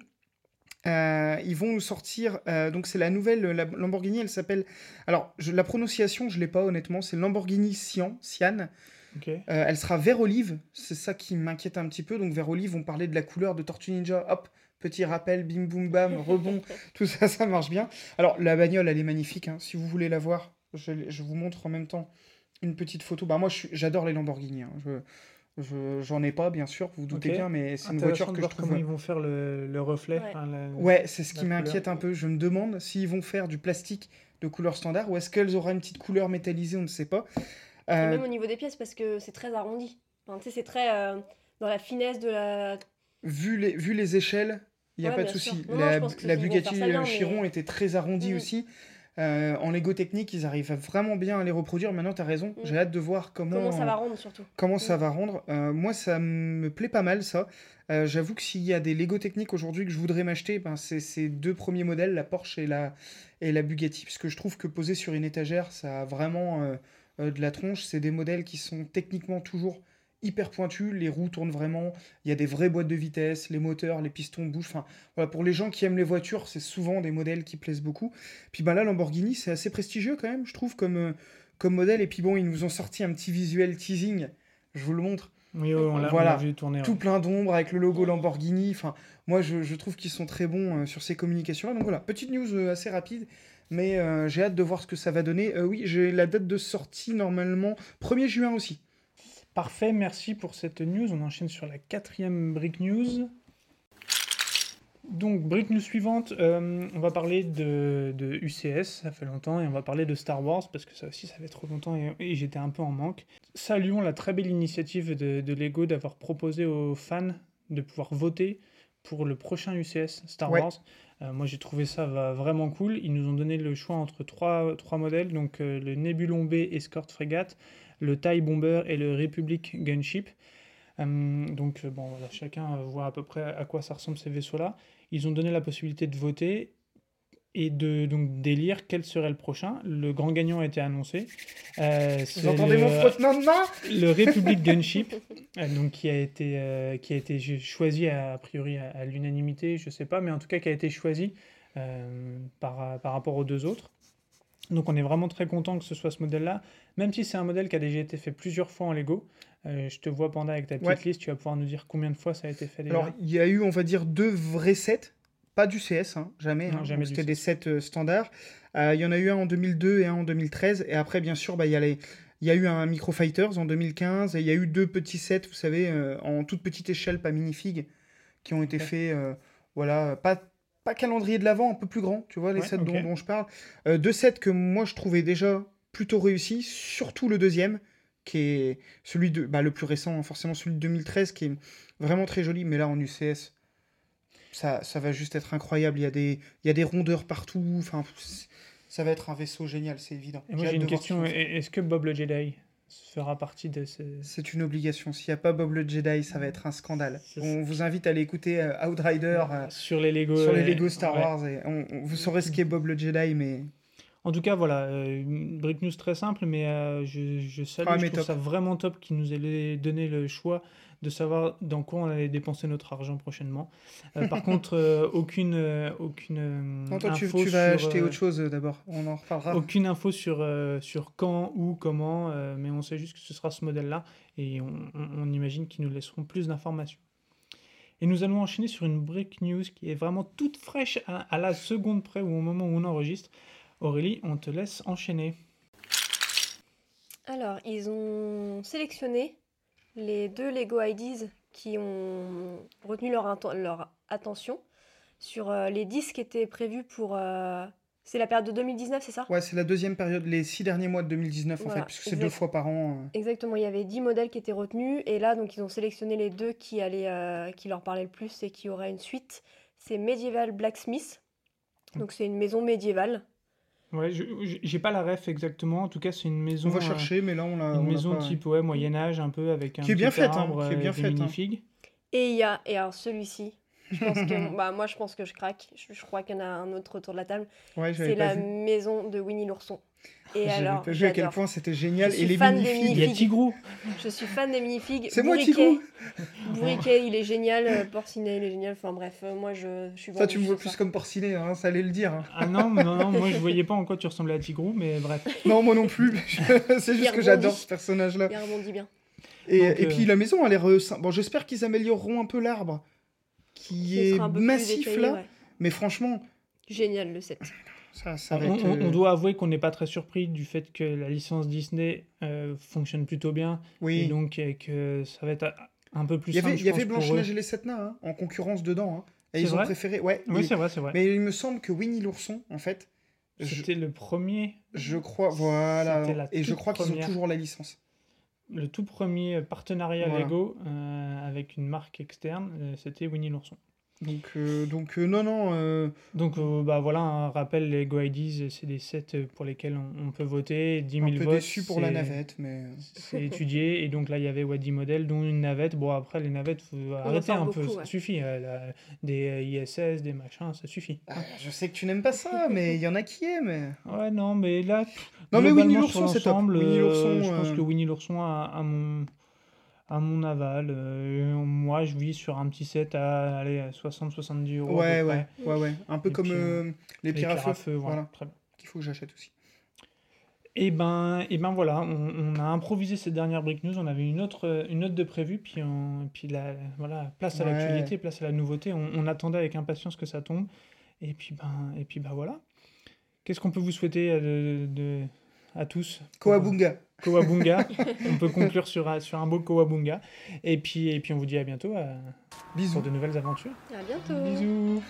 Ils vont nous sortir. Donc c'est la nouvelle la Lamborghini. Elle s'appelle. Alors la prononciation, je l'ai pas honnêtement. C'est Lamborghini Sian. Ok. Elle sera vert olive. C'est ça qui m'inquiète un petit peu. Donc vert olive, on parlait de la couleur de Tortue Ninja. Hop. Petit rappel, bim boum bam, rebond, tout ça, ça marche bien. Alors, la bagnole, elle est magnifique. Hein. Si vous voulez la voir, je vous montre en même temps une petite photo. Bah, moi, j'adore les Lamborghini. Hein. J'en ai pas, bien sûr, vous vous doutez Ok. bien, mais c'est une Intéressant voiture de que je voir trouve. comment ils vont faire le reflet. Ouais. hein, Ouais, c'est ce la qui m'inquiète couleur. un peu. Je me demande s'ils vont faire du plastique de couleur standard ou est-ce qu'elles auront une petite couleur métallisée, on ne sait pas. Et Euh, même au niveau des pièces, parce que c'est très arrondi. Enfin, tu sais, c'est très dans la finesse de la. vu les échelles, il n'y a Ouais, pas de bien sûr. souci. Non, je pense que La ils vont Bugatti faire ça bien, mais- Chiron était très arrondie Mhm. aussi. En Lego Technique, ils arrivent vraiment bien à les reproduire. Maintenant, tu as raison. Mhm. J'ai hâte de voir Comment ça va rendre surtout. comment ça va rendre. Moi, ça me plaît pas mal, ça. J'avoue que s'il y a des Lego Technique aujourd'hui que je voudrais m'acheter, ben, c'est ces deux premiers modèles, la Porsche et la Bugatti, puisque je trouve que posé sur une étagère, ça a vraiment de la tronche. C'est des modèles qui sont techniquement toujours hyper pointus. Les roues tournent vraiment. Il y a des vraies boîtes de vitesse, les moteurs, les pistons bougent. Enfin, voilà, pour les gens qui aiment les voitures, c'est souvent des modèles qui plaisent beaucoup. Puis ben là, Lamborghini, c'est assez prestigieux quand même, je trouve, comme modèle. Et puis bon, ils nous ont sorti un petit visuel teasing. Je vous le montre. Oui, on l'a Voilà. vu tourner. Tout ouais. plein d'ombre avec le logo Lamborghini. Enfin, moi, je trouve qu'ils sont très bons sur ces communications-là. Donc voilà, petite news assez rapide, mais j'ai hâte de voir ce que ça va donner. Oui, j'ai la date de sortie normalement 1er juin aussi. Parfait, merci pour cette news. On enchaîne sur la 4e Brick News. Donc, Brick News suivante, on va parler de UCS, ça fait longtemps, et on va parler de Star Wars, parce que ça aussi, ça fait trop longtemps, et j'étais un peu en manque. Saluons la très belle initiative de Lego d'avoir proposé aux fans de pouvoir voter pour le prochain UCS Star Ouais. Wars. Moi, j'ai trouvé ça vraiment cool. Ils nous ont donné le choix entre trois modèles, donc le Nebulon B Escort Frégate, le TIE Bomber et le Republic Gunship. Donc, bon, voilà, chacun voit à peu près à quoi ça ressemble ces vaisseaux-là. Ils ont donné la possibilité de voter et donc d'élire quel serait le prochain. Le grand gagnant a été annoncé. C'est Vous entendez mon frottement de main? le Republic Gunship, donc qui a été choisi a priori à l'unanimité, je sais pas, mais en tout cas qui a été choisi par rapport aux deux autres. Donc on est vraiment très content que ce soit ce modèle-là, même si c'est un modèle qui a déjà été fait plusieurs fois en Lego. Je te vois, Panda, avec ta petite Ouais. liste, tu vas pouvoir nous dire combien de fois ça a été fait déjà. Alors, il y a eu, on va dire, 2 vrais sets. Pas du CS, hein, jamais. Non, hein. jamais Donc, du c'était des sets standards. Il y en a eu un en 2002 et un en 2013. Et après, bien sûr, il y a eu un Micro Fighters en 2015. Et il y a eu 2 petits sets, vous savez, en toute petite échelle, pas minifig, qui ont été Ok. faits. Voilà, pas calendrier de l'avant, un peu plus grand, tu vois, les Ouais, sets ok. dont je parle. 2 sets que moi, je trouvais déjà plutôt réussis, surtout le deuxième, qui est celui le plus récent, hein, forcément celui de 2013, qui est vraiment très joli. Mais là, en UCS. Ça va juste être incroyable. Il y a des rondeurs partout. Enfin, ça va être un vaisseau génial, c'est évident. Et moi J'ai j'ai hâte une de voir question, ce qu'ils vont faire. est-ce que Bob le Jedi fera partie de ces... C'est une obligation. S'il n'y a pas Bob le Jedi, ça va être un scandale. C'est On vous invite à aller écouter Outrider sur les Lego, sur les Lego Star ouais. Wars. Et vous saurez ce qu'est Bob le Jedi, mais En tout cas, voilà, une break news très simple, mais je salue, Ah, je mais trouve top. ça vraiment top qu'ils nous aient donné le choix de savoir dans quoi on allait dépenser notre argent prochainement. Par contre, aucune non, toi, tu info vas sur, acheter autre chose d'abord. On en reparlera. aucune info sur quand, où, comment, mais on sait juste que ce sera ce modèle-là, et on imagine qu'ils nous laisseront plus d'informations. Et nous allons enchaîner sur une break news qui est vraiment toute fraîche à la seconde près ou au moment où on enregistre. Aurélie, on te laisse enchaîner. Alors, ils ont sélectionné les 2 Lego IDs qui ont retenu leur attention sur les 10 qui étaient prévus pour... C'est la période de 2019, c'est ça? Ouais, c'est la deuxième période, les 6 derniers mois de 2019, en Voilà, fait, puisque c'est exact. 2 fois par an. Exactement, il y avait 10 modèles qui étaient retenus, et là, donc, ils ont sélectionné les 2 qui leur parlaient le plus et qui auraient une suite. C'est Medieval Blacksmith, donc c'est une maison médiévale. Ouais, j'ai pas la ref exactement. En tout cas, c'est une maison. On va chercher, mais là, on l'a. Une on l'a maison pas, ouais. type Moyen Âge, un peu avec un Qui est bien petit faite, hein, arbre qui est bien et des faite, hein. minifigues. Et alors celui-ci, je pense que, moi je pense que je craque. Je crois qu'il y en a un autre autour de la table. Ouais, j'avais C'est pas la vu. maison de Winnie l'ourson. Et J'avais alors, pas vu à quel j'adore. point c'était génial. Je Et suis les fan des minifigs. Il y a minifigs. Tigrou. Je suis fan des minifigs. C'est moi, Bourriquet. Tigrou. Bourriquet, il est génial. Porcinet, il est génial. Enfin bref, moi je suis Toi, tu me vendue vois ce plus soir. comme Porcinet, hein, ça allait le dire. hein. Ah non, moi je voyais pas en quoi tu ressemblais à Tigrou, mais bref. Non, moi non plus. C'est juste que rebondit. j'adore ce personnage-là. Il rebondit bien. Et, Donc, et puis la maison a l'air. Bon, j'espère qu'ils amélioreront un peu l'arbre qui Ce est sera un peu plus massif détaillé, là. ouais. Mais franchement, Génial le set. ça va être. On doit avouer qu'on n'est pas très surpris du fait que la licence Disney fonctionne plutôt bien, et Oui. donc que ça va être un peu plus Il y simple, avait, je il y avait pense, pour eux. Blanche-Neige et les 7 nains hein, en concurrence dedans. hein. Et C'est ils ont vrai préféré. Ouais. Oui, et- c'est vrai, c'est vrai. Mais il me semble que Winnie l'ourson, en fait, C'était le premier, je crois. Voilà. C'était la Et je toute crois qu'ils ont première. toujours la licence. le tout premier partenariat Voilà. Lego avec une marque externe, c'était Winnie l'ourson. Donc non. Donc bah voilà, un rappel, les Lego IDs, c'est des sets pour lesquels on peut voter, 10 000 Un peu votes. déçu pour la c'est- navette, mais. C'est étudié, et donc là il y avait 10 modèles, dont une navette. Bon, après les navettes, faut arrêter sort un peu, beaucoup, ça ouais. suffit. Des ISS, des machins, ça suffit. Ah, je sais que tu n'aimes pas ça, mais il y en a qui aiment. Ouais, non, mais là, Non, mais globalement, Winnie sur l'ourson, c'est top. l'ensemble, Winnie l'ourson, je pense que Winnie l'ourson a mon aval. Moi, je vis sur un petit set à aller à 60-70 euros. à Ouais, peu ouais, près. ouais. Un peu Et comme puis, les Les pierres à pierres à feu. feu, voilà. Voilà. Très bien. Qu'il faut que j'achète aussi. Et ben voilà, on a improvisé cette dernière break news. On avait une autre de prévue, puis voilà, place à Ouais. l'actualité, place à la nouveauté. On attendait avec impatience que ça tombe. Et puis voilà. Qu'est-ce qu'on peut vous souhaiter à tous? Coabunga. Coabunga. On peut conclure sur un beau Coabunga. Et puis on vous dit à bientôt Bisous. pour de nouvelles aventures. À bientôt. Bisous.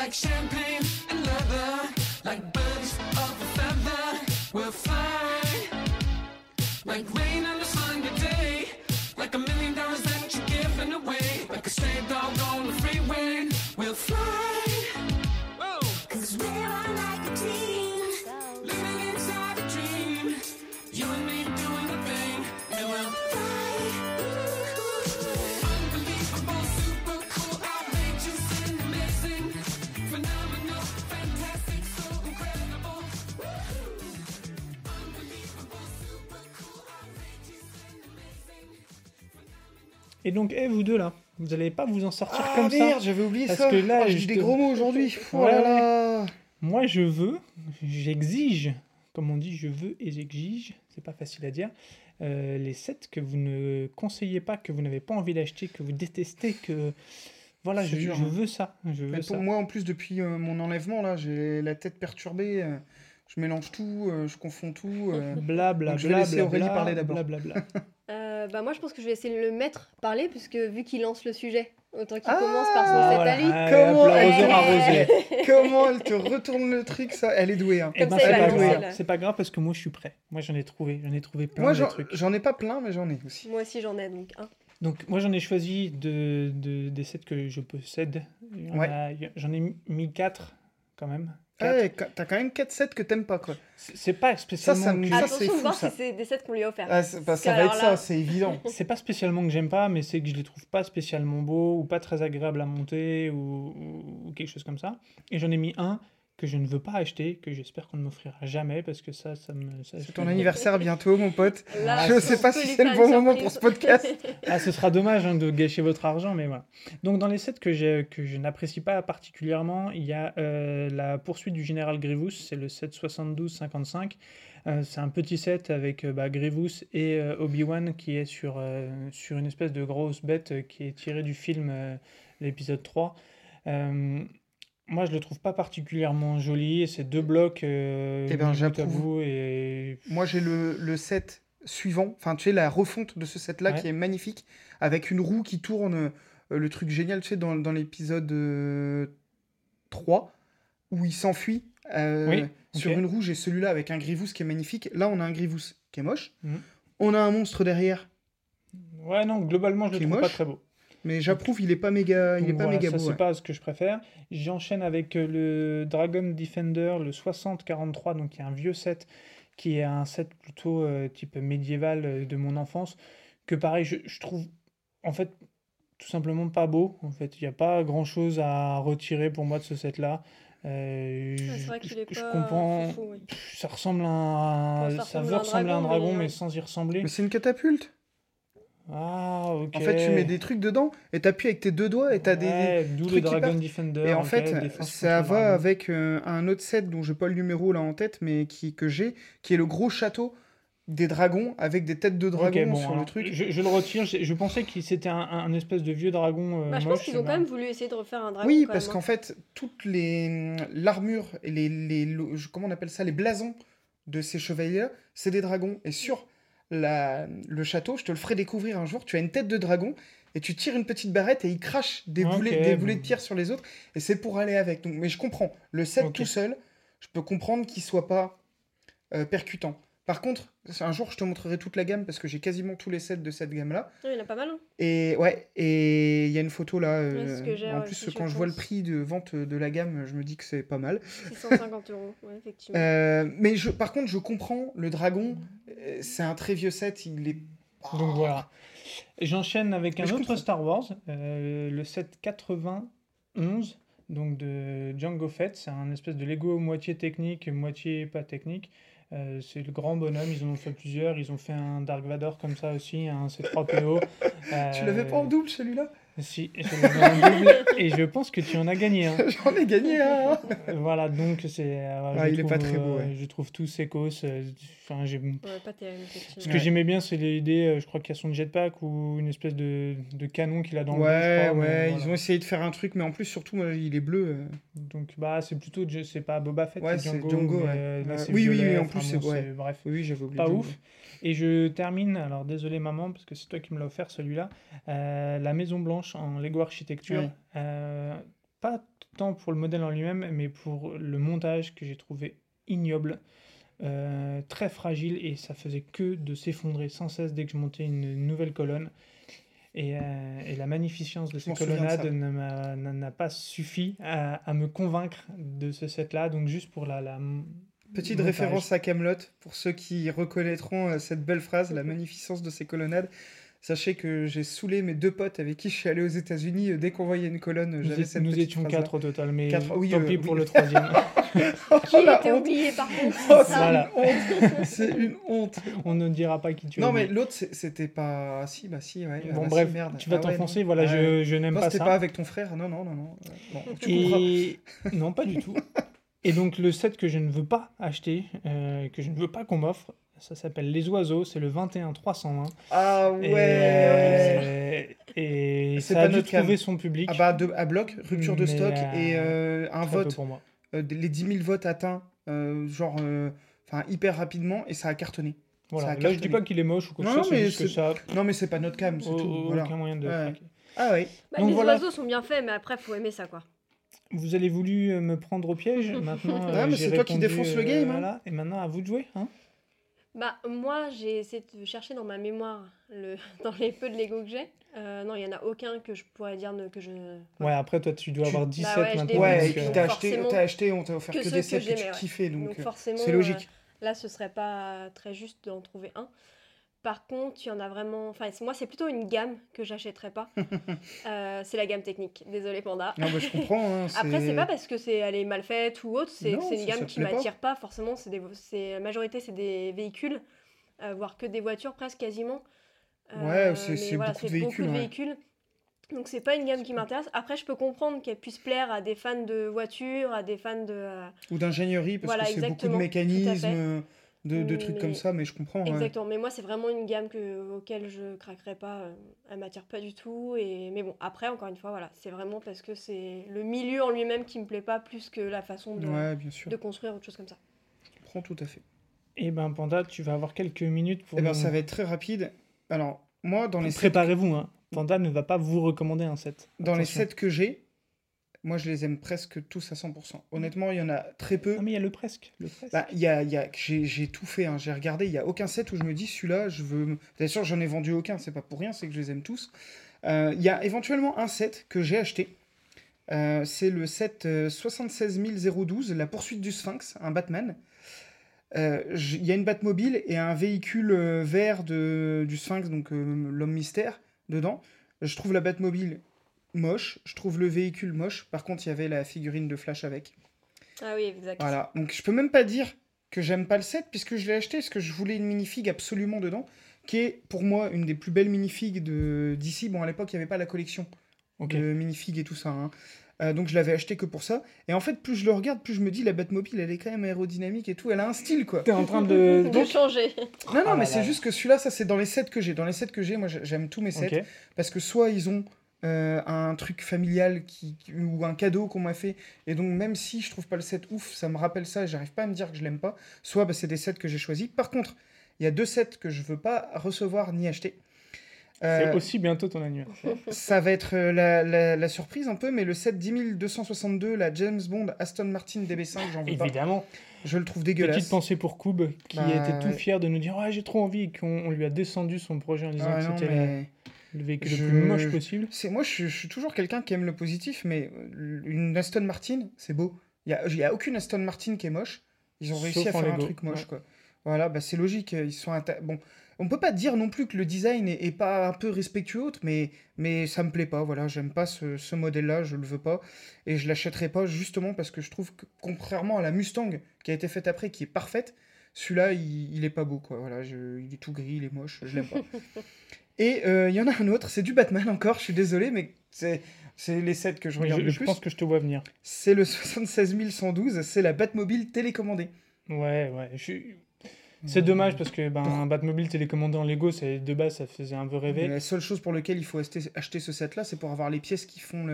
like champagne and leather, like birds of a feather. We'll fly like rain on a sunny day, like $1 million that you're giving away, like a stray dog on the freeway. We'll fly, whoa, 'cause we're on like a team, living inside a dream. You and me doing the thing, and we'll fly. Unbelievable, super cool, outrageous and amazing, phenomenal, fantastic, so incredible. Unbelievable, super cool, outrageous and amazing. Et donc, vous deux là, vous n'allez pas vous en sortir Ah comme merde, ça. j'avais oublié Parce ça. que là, Oh, je dis des justement- gros mots aujourd'hui. Oh Ouais, là là. Moi, j'exige, comme on dit, je veux et j'exige, c'est pas facile à dire, les sets que vous ne conseillez pas, que vous n'avez pas envie d'acheter, que vous détestez, que... Voilà, C'est je dur, hein. veux ça, je Mais veux pour ça. moi, en plus, depuis mon enlèvement, là, j'ai la tête perturbée. Je mélange tout, je confonds tout. Blabla, Donc, je vais laisser Aurélie blabla, parler d'abord. blablabla. Moi, je pense que je vais essayer de le mettre parler, puisque vu qu'il lance le sujet, autant qu'il Ah, commence par son set Voilà, à lui. allez, Comment hop, l'arroseur elle- arrosé. Comment elle te retourne le truc, ça? Elle est douée, hein. Eh Comme ben, ça, c'est il va pas lancer, grave, là. c'est pas grave parce que moi je suis prêt. Moi j'en ai trouvé plein Moi, de trucs. j'en ai pas plein, mais j'en ai aussi. Moi aussi, j'en ai donc un. Donc moi j'en ai choisi des sets que je possède. J'en ai mis 4 quand même. Ah ouais, t'as quand même 4 sets que t'aimes pas, quoi. C'est pas spécialement ça me- que- Ça, c'est Attention de fou, voir ça. si c'est des sets qu'on lui a offerts. Ah, ça va alors être là- ça, c'est évident. c'est pas spécialement que j'aime pas, mais c'est que je les trouve pas spécialement beaux ou pas très agréables à monter ou quelque chose comme ça. Et j'en ai mis un que je ne veux pas acheter, que j'espère qu'on ne m'offrira jamais parce que ça me... ça, C'est ton anniversaire bientôt, mon pote. Là, Je on sais pas peut si lui c'est faire le bon une moment pour ce surprise. podcast. Ah, ce sera dommage hein, de gâcher votre argent, mais voilà. Donc, dans les sets que je n'apprécie pas particulièrement, il y a la poursuite du général Grievous, c'est le set 72-55. C'est un petit set avec Grievous et Obi-Wan qui est sur une espèce de grosse bête qui est tirée du film, l'épisode 3. Moi, je le trouve pas particulièrement joli, et ces deux blocs ben, mis bout à j'approuve. bout et... Moi, j'ai le set suivant, enfin, tu sais, la refonte de ce set-là Ouais. qui est magnifique, avec une roue qui tourne, le truc génial, tu sais, dans l'épisode 3, où il s'enfuit Oui, sur ok. une roue. J'ai celui-là avec un Grievous qui est magnifique. Là, on a un Grievous qui est moche. Mhm. On a un monstre derrière, Ouais, non, globalement, je le Qui est trouve pas moche. très beau. mais j'approuve, il est pas méga, il est Donc pas voilà, méga ça, beau. c'est Ouais. pas ce que je préfère. J'enchaîne avec le Dragon Defender, le 60-43, donc il y a un vieux set qui est un set plutôt type médiéval de mon enfance, que pareil, je trouve en fait tout simplement pas beau. En fait, il n'y a pas grand-chose à retirer pour moi de ce set-là. Ouais, c'est vrai qu'il est je pas comprends. foufou, oui. Ça ressemble à un, Bon, ça ça ressemble veut à un ressembler à un dragon, dragon, mais, mais sans y ressembler. Mais c'est une catapulte. Ah, ok. En fait, tu mets des trucs dedans et t'appuies avec tes deux doigts et t'as Ouais, d'où le trucs qui Dragon partent. Defender. Et en ok, fait, défense ça contre le va dragon. avec un autre set dont j'ai pas le numéro là en tête, mais que j'ai, qui est le gros château des dragons avec des têtes de dragons Ok, bon, sur le alors, truc. je le retire. Je pensais que c'était un espèce de vieux dragon Bah, je moche. pense qu'ils ont bah. quand même voulu essayer de refaire un dragon. Oui, quand parce même, qu'en hein. fait, toute l'armure et comment on appelle ça, les blasons de ces chevaliers-là, c'est des dragons. Et sur le château, je te le ferai découvrir un jour, tu as une tête de dragon et tu tires une petite barrette et il crache des Ok, boulets bon. de tir sur les autres et c'est pour aller avec. Donc, mais je comprends. Le set Ok. tout seul, je peux comprendre qu'il soit pas percutant. Par contre, un jour, je te montrerai toute la gamme parce que j'ai quasiment tous les sets de cette gamme-là. Ouais, il y en a pas mal. Hein. Et ouais, et il y a une photo là. c'est ce que j'ai, en ouais, plus, si, je quand je vois le pense. prix de vente de la gamme, je me dis que c'est pas mal. 650 €, ouais, effectivement. Mais par contre, je comprends, le dragon, c'est un très vieux set, il est... Donc voilà. Et j'enchaîne avec Mais un je autre comprends. Star Wars, le set 91, donc de Jango Fett. C'est un espèce de Lego moitié technique, moitié pas technique. C'est le grand bonhomme, ils en ont fait plusieurs. Ils ont fait un Dark Vador comme ça aussi, un C3PO. Tu l'avais pas en double celui-là? Si, je l'avais en double et je pense que tu en as gagné un. J'en ai gagné un. Voilà, donc c'est. Ah, il est pas très beau, ouais. Je trouve tous sécos. Enfin, Ouais, pas terrible, effectivement. ce que j'aimais bien, c'est l'idée, je crois qu'il y a son jetpack ou une espèce de canon qu'il a dans le dos, je Ouais, crois, mais ouais, voilà. ils ont essayé de faire un truc, mais en plus, surtout, moi, il est bleu. Donc, bah, c'est plutôt, c'est pas Boba Fett, Ouais, c'est c'est Django. Django, mais, ouais. là, c'est Oui, oui, violet, oui, en enfin, plus, c'est- ouais. bref, Oui, j'avais oublié. pas Django. ouf. Et je termine, alors désolé maman, parce que c'est toi qui me l'as offert celui-là, la Maison Blanche en Lego architecture. Ouais. pas tant pour le modèle en lui-même, mais pour le montage que j'ai trouvé ignoble, très fragile, et ça faisait que de s'effondrer sans cesse dès que je montais une nouvelle colonne. Et la magnificence de Je ces m'en souviens de ça. colonnades n'a pas suffi à me convaincre de ce set-là. Donc juste pour la Petite montage. référence à Camelot pour ceux qui reconnaîtront cette belle phrase, la magnificence de ces colonnades. Sachez que j'ai saoulé mes 2 potes avec qui je suis allé aux États-Unis. Dès qu'on voyait une colonne, j'avais cette Nous petite étions phrase-là. 4 au total, mais 4, oui, tant pis pour oui. le troisième. Qui la était honte. oublié par contre Oh, c'est c'est ça. Voilà. une honte. C'est une honte. On ne dira pas qui tu es. Non, mais l'autre, c'était pas. Ah, si, bah si, ouais. Bon, bah, bref, si, merde. tu vas Ah ouais, t'enfoncer, non. voilà, Ah ouais. je n'aime Non, pas c'était ça. pas avec ton frère. Non. Bon, tu comprends. Et non, pas du tout. Et donc le set que je ne veux pas acheter, que je ne veux pas qu'on m'offre, ça s'appelle Les Oiseaux, c'est le 21-320. Ah ouais. Et C'est ça pas a dû notre cam. trouver son public. Ah bah, à bloc, rupture de Mais, stock et un très peu vote. pour moi. Les 10 000 votes atteints, hyper rapidement, et ça a cartonné. Voilà. Ça a Là, je dis cartonné. pas qu'il est moche ou quoi que Non, ce soit, mais c'est juste que c'est- ça Non, mais c'est pas notre cam, c'est tout. Voilà. aucun moyen de Ouais. craquer. Ah ouais. Bah, Donc les voilà. oiseaux sont bien faits, mais après, faut aimer ça, quoi. Vous avez voulu me prendre au piège, maintenant Ah, mais j'ai c'est toi qui répondu, défonce le game, hein. voilà. Et maintenant à vous de jouer, hein. Bah, moi, j'ai essayé de chercher dans ma mémoire, dans les peu de Lego que j'ai. Non, il y en a aucun que je pourrais dire que je... Ouais, après toi tu dois avoir 17 ouais, je maintenant. débute, Ouais, donc, et puis donc t'as forcément, acheté, on t'a offert que que ceux des que sets que tu j'aimais, ouais. kiffais, donc Donc forcément, c'est logique. là, ce serait pas très juste d'en trouver un. Par contre, il y en a vraiment... Enfin, moi, c'est plutôt une gamme que j'achèterais pas. C'est la gamme technique. Désolé, Panda. Non, bah, je comprends. Hein, Après, c'est pas parce que elle est mal faite ou autre, c'est Non, c'est une ça gamme te qui plaît pas. m'attire pas forcément. La majorité, c'est des véhicules, voire que des voitures presque quasiment. Ouais, c'est mais voilà, beaucoup de c'est véhicules, ouais. véhicules. Donc, c'est pas une gamme qui m'intéresse. Après, je peux comprendre qu'elle puisse plaire à des fans de voitures, à des fans de... Ou d'ingénierie, parce Voilà, que c'est beaucoup de exactement, tout à fait. mécanismes, de trucs comme Mais- ça, mais je comprends. Ouais. Exactement, mais moi c'est vraiment une gamme auquel je craquerai pas, elle m'attire pas du tout, mais bon, après encore une fois, voilà, c'est vraiment parce que c'est le milieu en lui-même qui me plaît pas plus que la façon Ouais, bien sûr. de construire autre chose comme ça. Je comprends tout à fait. Et ben Panda, tu vas avoir quelques minutes pour Eh ben, nous- ça va être très rapide. Alors, moi, dans les sets, Préparez-vous, hein. Panda ne va pas vous recommander un set. dans les Attention. sets que j'ai, moi, je les aime presque tous à 100%. Honnêtement, il y en a très peu. Ah mais il y a le presque. Le presque. Bah, j'ai tout fait, hein. J'ai regardé, il n'y a aucun set où je me dis celui-là, je veux. Bien sûr, j'en ai vendu aucun, c'est pas pour rien, c'est que je les aime tous. Il y a éventuellement un set que j'ai acheté. C'est le set 76012, La poursuite du Sphinx, un Batman. Il y a une Batmobile et un véhicule vert du Sphinx, donc l'homme mystère, dedans. Je trouve la Batmobile moche, je trouve le véhicule moche. Par contre, il y avait la figurine de Flash avec. Ah oui, exact. Voilà, donc je peux même pas dire que j'aime pas le set puisque je l'ai acheté parce que je voulais une minifig absolument dedans, qui est pour moi une des plus belles minifigs d'ici. Bon, à l'époque, il n'y avait pas la collection Ok. de minifigs et tout ça, hein. Donc je l'avais acheté que pour ça. Et en fait, plus je le regarde, plus je me dis la Batmobile, elle est quand même aérodynamique et tout. Elle a un style, quoi. T'es en train de... De changer. Non, non, Ah mais là c'est là. juste que celui-là, ça c'est dans les sets que j'ai. Dans les sets que j'ai, moi j'aime tous mes sets. Ok. Parce que soit ils ont un truc familial ou un cadeau qu'on m'a fait, et donc même si je trouve pas le set ouf, ça me rappelle ça et j'arrive pas à me dire que je l'aime pas, soit bah, c'est des sets que j'ai choisis. Par contre, il y a 2 sets que je veux pas recevoir ni acheter. C'est aussi bientôt ton anniversaire. Ça va être la surprise un peu, mais le set 10262, la James Bond Aston Martin DB5, j'en veux pas. Évidemment. Je le trouve Petite dégueulasse. pensée pour Koub, qui Bah, était tout ouais. fier de nous dire « Ouais, j'ai trop envie » et qu'on lui a descendu son projet en disant Ah que non, c'était mais le véhicule je- le plus moche possible. moi, je suis toujours quelqu'un qui aime le positif, mais une Aston Martin, c'est beau. Il y a aucune Aston Martin qui est moche. Ils ont réussi Sauf à en faire un Lego, truc moche, ouais. quoi. Voilà, bah c'est logique. Ils sont bon. On peut pas dire non plus que le design est pas un peu respectueux autre, mais ça me plaît pas. Voilà, j'aime pas ce modèle-là, je le veux pas et je l'achèterai pas justement parce que je trouve que contrairement à la Mustang qui a été faite après, qui est parfaite, celui-là il est pas beau, quoi. Voilà, il est tout gris, il est moche, je l'aime pas. Et il y en a un autre, c'est du Batman encore. Je suis désolé, mais c'est les sets que je Mais regarde le je plus. pense que je te vois venir. C'est le 76112, c'est la Batmobile télécommandée. Ouais. C'est dommage parce que un Batmobile télécommandé en Lego, de base, ça faisait un peu rêver. La seule chose pour laquelle il faut acheter ce set-là, c'est pour avoir les pièces qui font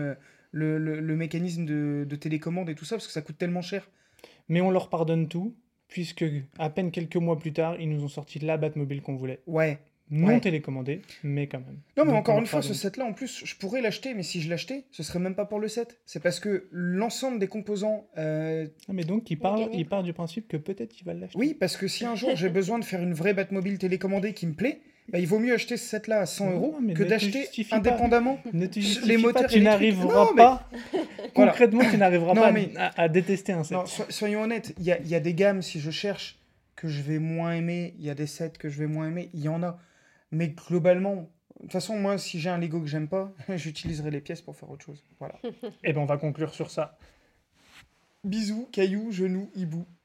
le mécanisme de télécommande et tout ça, parce que ça coûte tellement cher. Mais on leur pardonne tout, puisque à peine quelques mois plus tard, ils nous ont sorti la Batmobile qu'on voulait. Ouais, non Ouais. télécommandé, mais quand même. Non, mais Donc, encore on une fera fois, ce set-là, en plus, je pourrais l'acheter, mais si je l'achetais, ce serait même pas pour le set. C'est parce que l'ensemble des composants. Ah, mais donc, Mécanique. il part du principe que peut-être il va l'acheter. Oui, parce que si un jour j'ai besoin de faire une vraie Batmobile télécommandée qui me plaît, bah, il vaut mieux acheter ce set-là à 100 Non, euros mais que ne te d'acheter justifie pas. indépendamment. Ne te Les justifie moteurs pas, tu électriques. n'arriveras Non, mais- pas. Voilà. Concrètement, tu n'arriveras Non, pas mais- à détester un set. Non, soyons honnêtes, il y a des gammes, si je cherche, que je vais moins aimer, il y a des sets que je vais moins aimer, il y en a. Mais globalement, de toute façon, moi, si j'ai un Lego que j'aime pas, j'utiliserai les pièces pour faire autre chose. Voilà. Et ben, on va conclure sur ça. Bisous, cailloux, genoux, hibou.